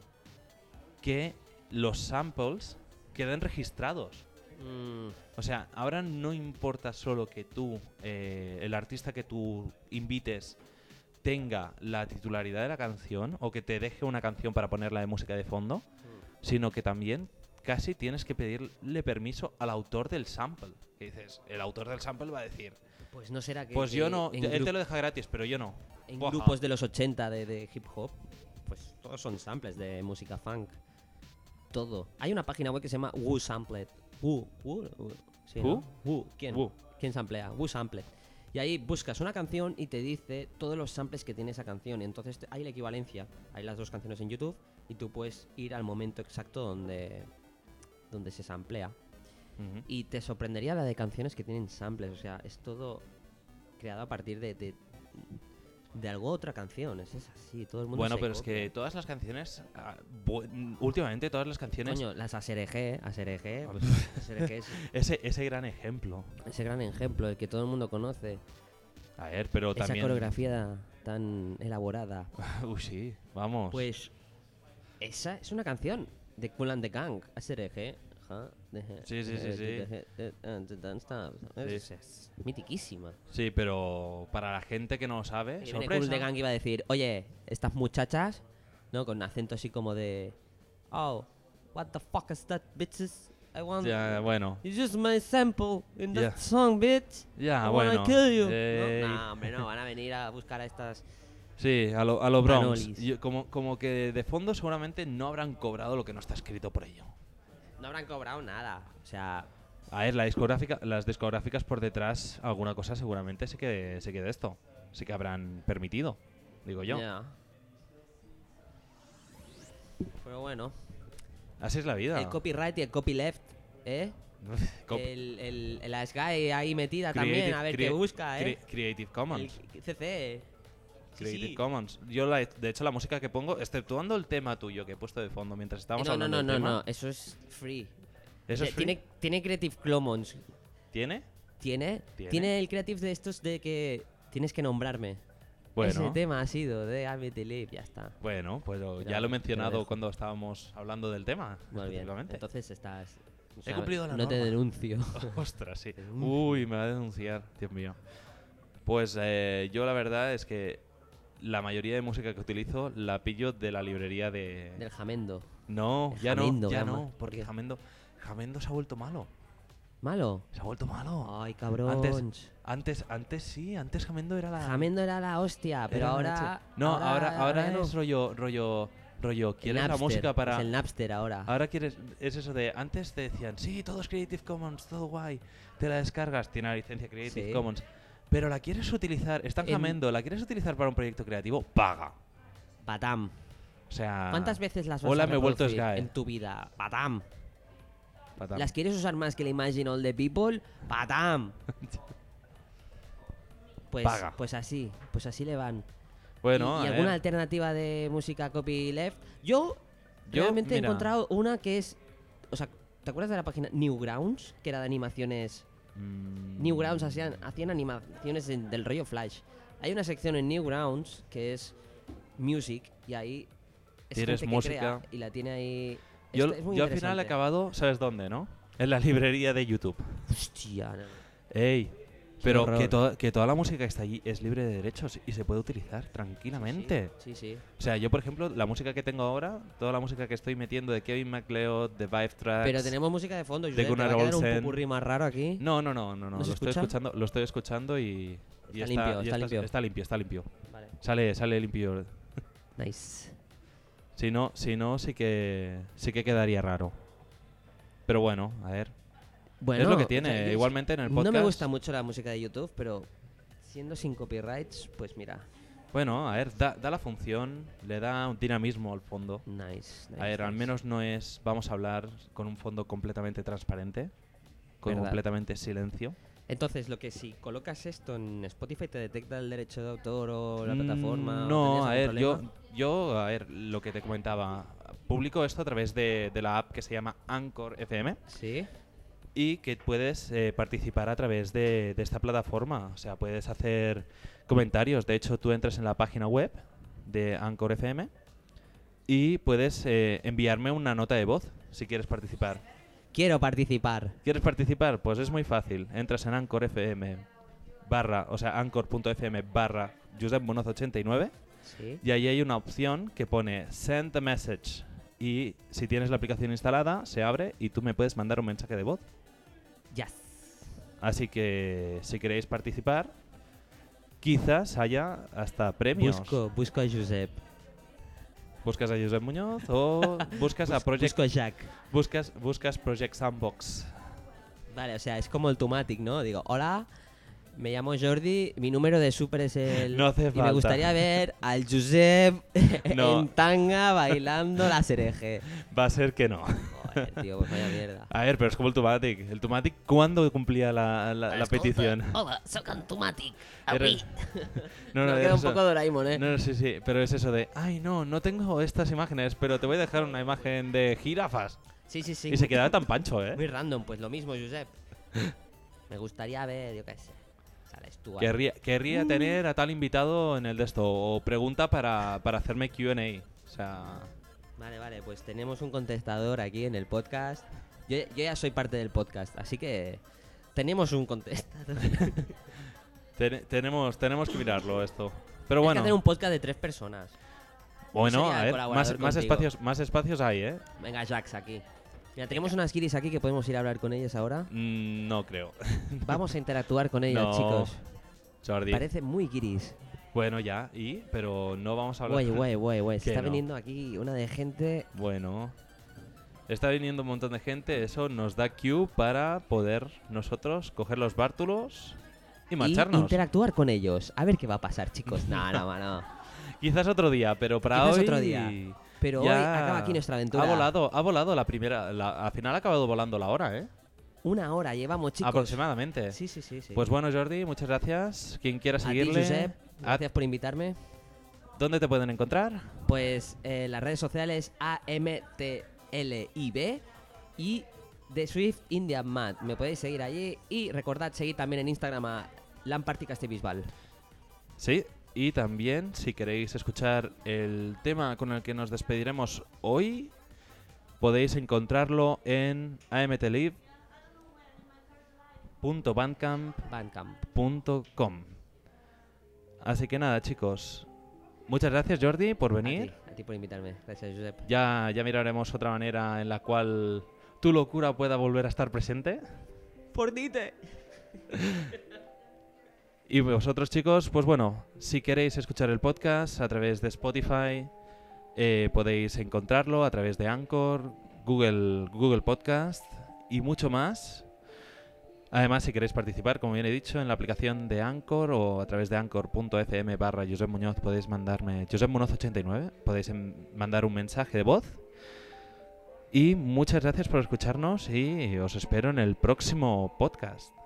que los samples queden registrados. Mm, O sea, ahora no importa solo que tú, eh, el artista que tú invites, tenga la titularidad de la canción o que te deje una canción para ponerla de música de fondo, sino que también casi tienes que pedirle permiso al autor del sample. Que dices, el autor del sample va a decir, pues no será que. pues yo que no, en, él gru- te lo deja gratis, pero yo no. en Buah. grupos de los ochenta de, de hip hop, pues todos son samples de música funk. Todo. Hay una página web que se llama Woo Sampled. Woo, Woo, Woo. Sí, Who? ¿no? Woo. ¿Quién? Woo. ¿Quién samplea? Woo Sampled. Y ahí buscas una canción y te dice todos los samples que tiene esa canción. Y entonces te- hay la equivalencia. Hay las dos canciones en YouTube y tú puedes ir al momento exacto donde, donde se samplea. Ujú. Y te sorprendería la de canciones que tienen samples. O sea, es todo creado a partir de, de, de algo otra canción. Es, es así, todo el mundo Bueno, se pero es copia. que todas las canciones, ah, bu- últimamente todas las canciones, Coño, las A S R G, A S R G, pues, A S R G es ese, ese gran ejemplo. ese gran ejemplo, el que todo el mundo conoce. A ver, pero Esa también... coreografía tan elaborada. Uy, sí, vamos. Pues esa es una canción de Kool and the Gang, A S R G. ajá, de- Sí, sí, sí, de- sí. de- de- de- de- Don't Stop. Es, Sí. es mitiquísima. Sí, pero para la gente que no lo sabe, Y viene sorpresa. Kool and the Gang iba a decir, oye, estas muchachas, ¿no? Con acento así como de, oh, what the fuck is that, bitches? I want... Ya, bueno. It's just my sample in that Yeah. song, bitch. Ya, I wanna bueno. kill you. eh, ¿No? No, hombre, no, van a venir a buscar a estas... Sí, a lo, a lo Bronx. Manolis. Yo- como, como que de fondo seguramente no habrán cobrado lo que no está escrito por ello. No habrán cobrado nada. O sea, A ver, la discográfica, las discográficas por detrás, alguna cosa seguramente sí que, sí que de esto. Sí que habrán permitido, digo yo. ya. Pero bueno, Así es la vida. el copyright y el copyleft, ¿eh? Cop- el, el, el- la Sky ahí metida Creative- también, a ver qué crea- busca, ¿eh? cre- Creative Commons. El C C. Sí, Creative sí. Commons. Yo, la, de hecho, la música que pongo, exceptuando el tema tuyo que he puesto de fondo mientras estábamos no, no, hablando no, no, del tema. no, eso es free. ¿Eso Te- es free? Tiene, tiene Creative Commons. ¿Tiene? ¿Tiene? ¿Tiene? Tiene el Creative de estos de que tienes que nombrarme. Bueno. Ese tema ha sido de Amityville Live, ya está. Bueno, pues lo- Pero ya lo he te lo mencionado dejo. cuando estábamos hablando del tema. Muy bien. efectivamente. Entonces estás. o He cumplido la No te norma. denuncio. Ostras, sí. denuncio. Uy, me va a denunciar, Dios mío. Pues eh, yo la verdad es que la mayoría de música que utilizo la pillo de la librería de... Del Jamendo. No, de ya Jamendo, no, ya gama. no, porque ¿Qué? Jamendo, Jamendo se ha vuelto malo. ¿Malo? Se ha vuelto malo. Ay, cabrón. Antes, antes, antes sí, antes Jamendo era la... Jamendo era la hostia, pero era la ahora. leche. No, ahora, ahora, ya no. es rollo, rollo, rollo, El ¿quieres la Napster, música para...? Es el Napster ahora. Ahora quieres, es eso de, antes te decían, sí, todo es Creative Commons, todo guay, te la descargas, tiene la licencia Creative Sí. Commons, pero la quieres utilizar, está en En- Jamendo, la quieres utilizar para un proyecto creativo, paga. Patam. O sea... ¿Cuántas veces las vas Hola, a me he vuelto reproducir Sky. en tu vida? Patam. Patam. ¿Las quieres usar más que la Imagine All the People? ¡Patam! Pues, Paga. pues así, pues así le van. Bueno, ¿Y, y a alguna ver, alternativa de música copyleft? Yo, Yo, realmente he mira. encontrado una que es... O sea, ¿te acuerdas de la página Newgrounds? Que era de animaciones... mm, Newgrounds hacían, hacían animaciones en- del rollo Flash. Hay una sección en Newgrounds que es Music y ahí es Tienes gente que música. crea y la tiene ahí... Yo, Esto es muy yo al final he interesante. acabado, ¿sabes dónde, no? En la librería de YouTube. Hostia, no. Ey, pero horror. que, toda- que toda la música que está allí es libre de derechos y se puede utilizar tranquilamente. Sí, sí. O sea, yo por ejemplo, la música que tengo ahora, toda la música que estoy metiendo de Kevin MacLeod, de Vive Tracks... Pero tenemos música de fondo, de Josep, ¿te Gunnar va a quedar un Olsen. popurrí más raro aquí? No, no, no, no, no, ¿No se lo estoy escucha? escuchando, lo estoy escuchando y, y Está limpio, y está limpio. Está limpio, está limpio. Vale. Sale, sale limpio. Nice. Si no, si no, sí que sí que quedaría raro. Pero bueno, a ver. Bueno, es lo que o tiene. sea, yo- Igualmente en el podcast. No me gusta mucho la música de YouTube, pero siendo sin copyrights, pues mira. Bueno, a ver, da, da la función, le da un dinamismo al fondo. Nice. nice A ver, al nice. menos no es, vamos a hablar con un fondo completamente transparente, con Verdad. completamente silencio. Entonces, lo que si colocas esto en Spotify te detecta el derecho de autor o la Mm, plataforma. ¿o No, tenías a algún ver, yo, problema? yo, a ver, lo que te comentaba, publico esto a través de, de la app que se llama Anchor F M Sí. y que puedes eh, participar a través de, de esta plataforma. O sea, puedes hacer comentarios. De hecho, tú entras en la página web de Anchor F M y puedes eh, enviarme una nota de voz si quieres participar. Quiero participar. ¿Quieres participar? Pues es muy fácil. Entras en Anchor F M barra, o sea, anchor.fm barra Josep Munoz ochenta y nueve Sí. y ahí hay una opción que pone Send a Message. Y si tienes la aplicación instalada, se abre y tú me puedes mandar un mensaje de voz. Yes. Así que si queréis participar, quizás haya hasta premios. Busco, busco a Josep. Buscas a Josep Muñoz o buscas a Project, Busco a Jack. buscas, buscas Project Sandbox. Vale, o sea, es como el Tumatic, ¿no? Digo, hola, me llamo Jordi, mi número de super es el... No hace y me falta. gustaría ver al Josep No. en tanga bailando la sereje. Va a ser que no. Joder, tío, pues vaya mierda. A ver, pero es como el Tumatic. ¿El Tumatic cuándo cumplía la, la- la petición? Hola, soy un Tumatic. Era- No, No, no, queda un eso- poco Doraemon, ¿eh? No, no, sí, sí, pero es eso de, ay, no, no tengo estas imágenes, pero te voy a dejar una imagen de jirafas. Sí, sí, sí. Y se quedaba tan pancho, ¿eh? Muy random, pues lo mismo, Josep. Me gustaría ver, yo qué sé. Sales tú ahí. Querría, querría tener a tal invitado en el de esto, o pregunta para, para hacerme Q and A. O sea, Vale, vale, pues tenemos un contestador aquí en el podcast. Yo, yo ya soy parte del podcast, así que tenemos un contestador. ten- tenemos, tenemos que mirarlo esto. Pero Hay que bueno, hacer un podcast de tres personas. bueno, sería a el ver, colaborador más, más, contigo. espacios, más espacios hay, ¿eh? Venga, Jax, aquí. Mira, tenemos unas guiris aquí que podemos ir a hablar con ellas ahora. Mm, no creo. Vamos a interactuar con ellas, No, chicos. Jordi. Parece muy guiris. Bueno, ya, y, pero no vamos a hablar. Güey, güey, güey, güey. Se Que está no. viniendo aquí una de gente. Bueno, está viniendo un montón de gente, eso nos da cue para poder nosotros coger los bártulos y Y marcharnos. interactuar con ellos. A ver qué va a pasar, chicos. No, no, no. Quizás otro día, pero para Quizás hoy... otro día. Pero hoy Ya acaba aquí nuestra aventura. Ha volado, ha volado la primera. La, al final ha acabado volando la hora, ¿eh? Una hora llevamos, chicos. Aproximadamente. Sí, sí, sí, sí. Pues bueno, Jordi, muchas gracias. Quien quiera A ti, seguirle. Josep, a- gracias por invitarme. ¿Dónde te pueden encontrar? Pues eh, las redes sociales A M T L I B y The Swift Indian Mad. Me podéis seguir allí y recordad seguir también en Instagram a Lamparty Castellbisbal. Sí. Y también, si queréis escuchar el tema con el que nos despediremos hoy, podéis encontrarlo en a m t live punto bandcamp punto com. Bandcamp. Así que nada, chicos. Muchas gracias, Jordi, por venir. A ti, a ti por invitarme. Gracias, Josep. Ya, ya miraremos otra manera en la cual tu locura pueda volver a estar presente. Por dite. Y vosotros, chicos, pues bueno, si queréis escuchar el podcast a través de Spotify, eh, podéis encontrarlo a través de Anchor, Google, Google Podcast y mucho más. Además, si queréis participar, como bien he dicho, en la aplicación de Anchor o a través de anchor.fm barra Josep Muñoz, podéis mandarme Josep Muñoz ochenta y nueve, podéis em- mandar un mensaje de voz. Y muchas gracias por escucharnos y os espero en el próximo podcast.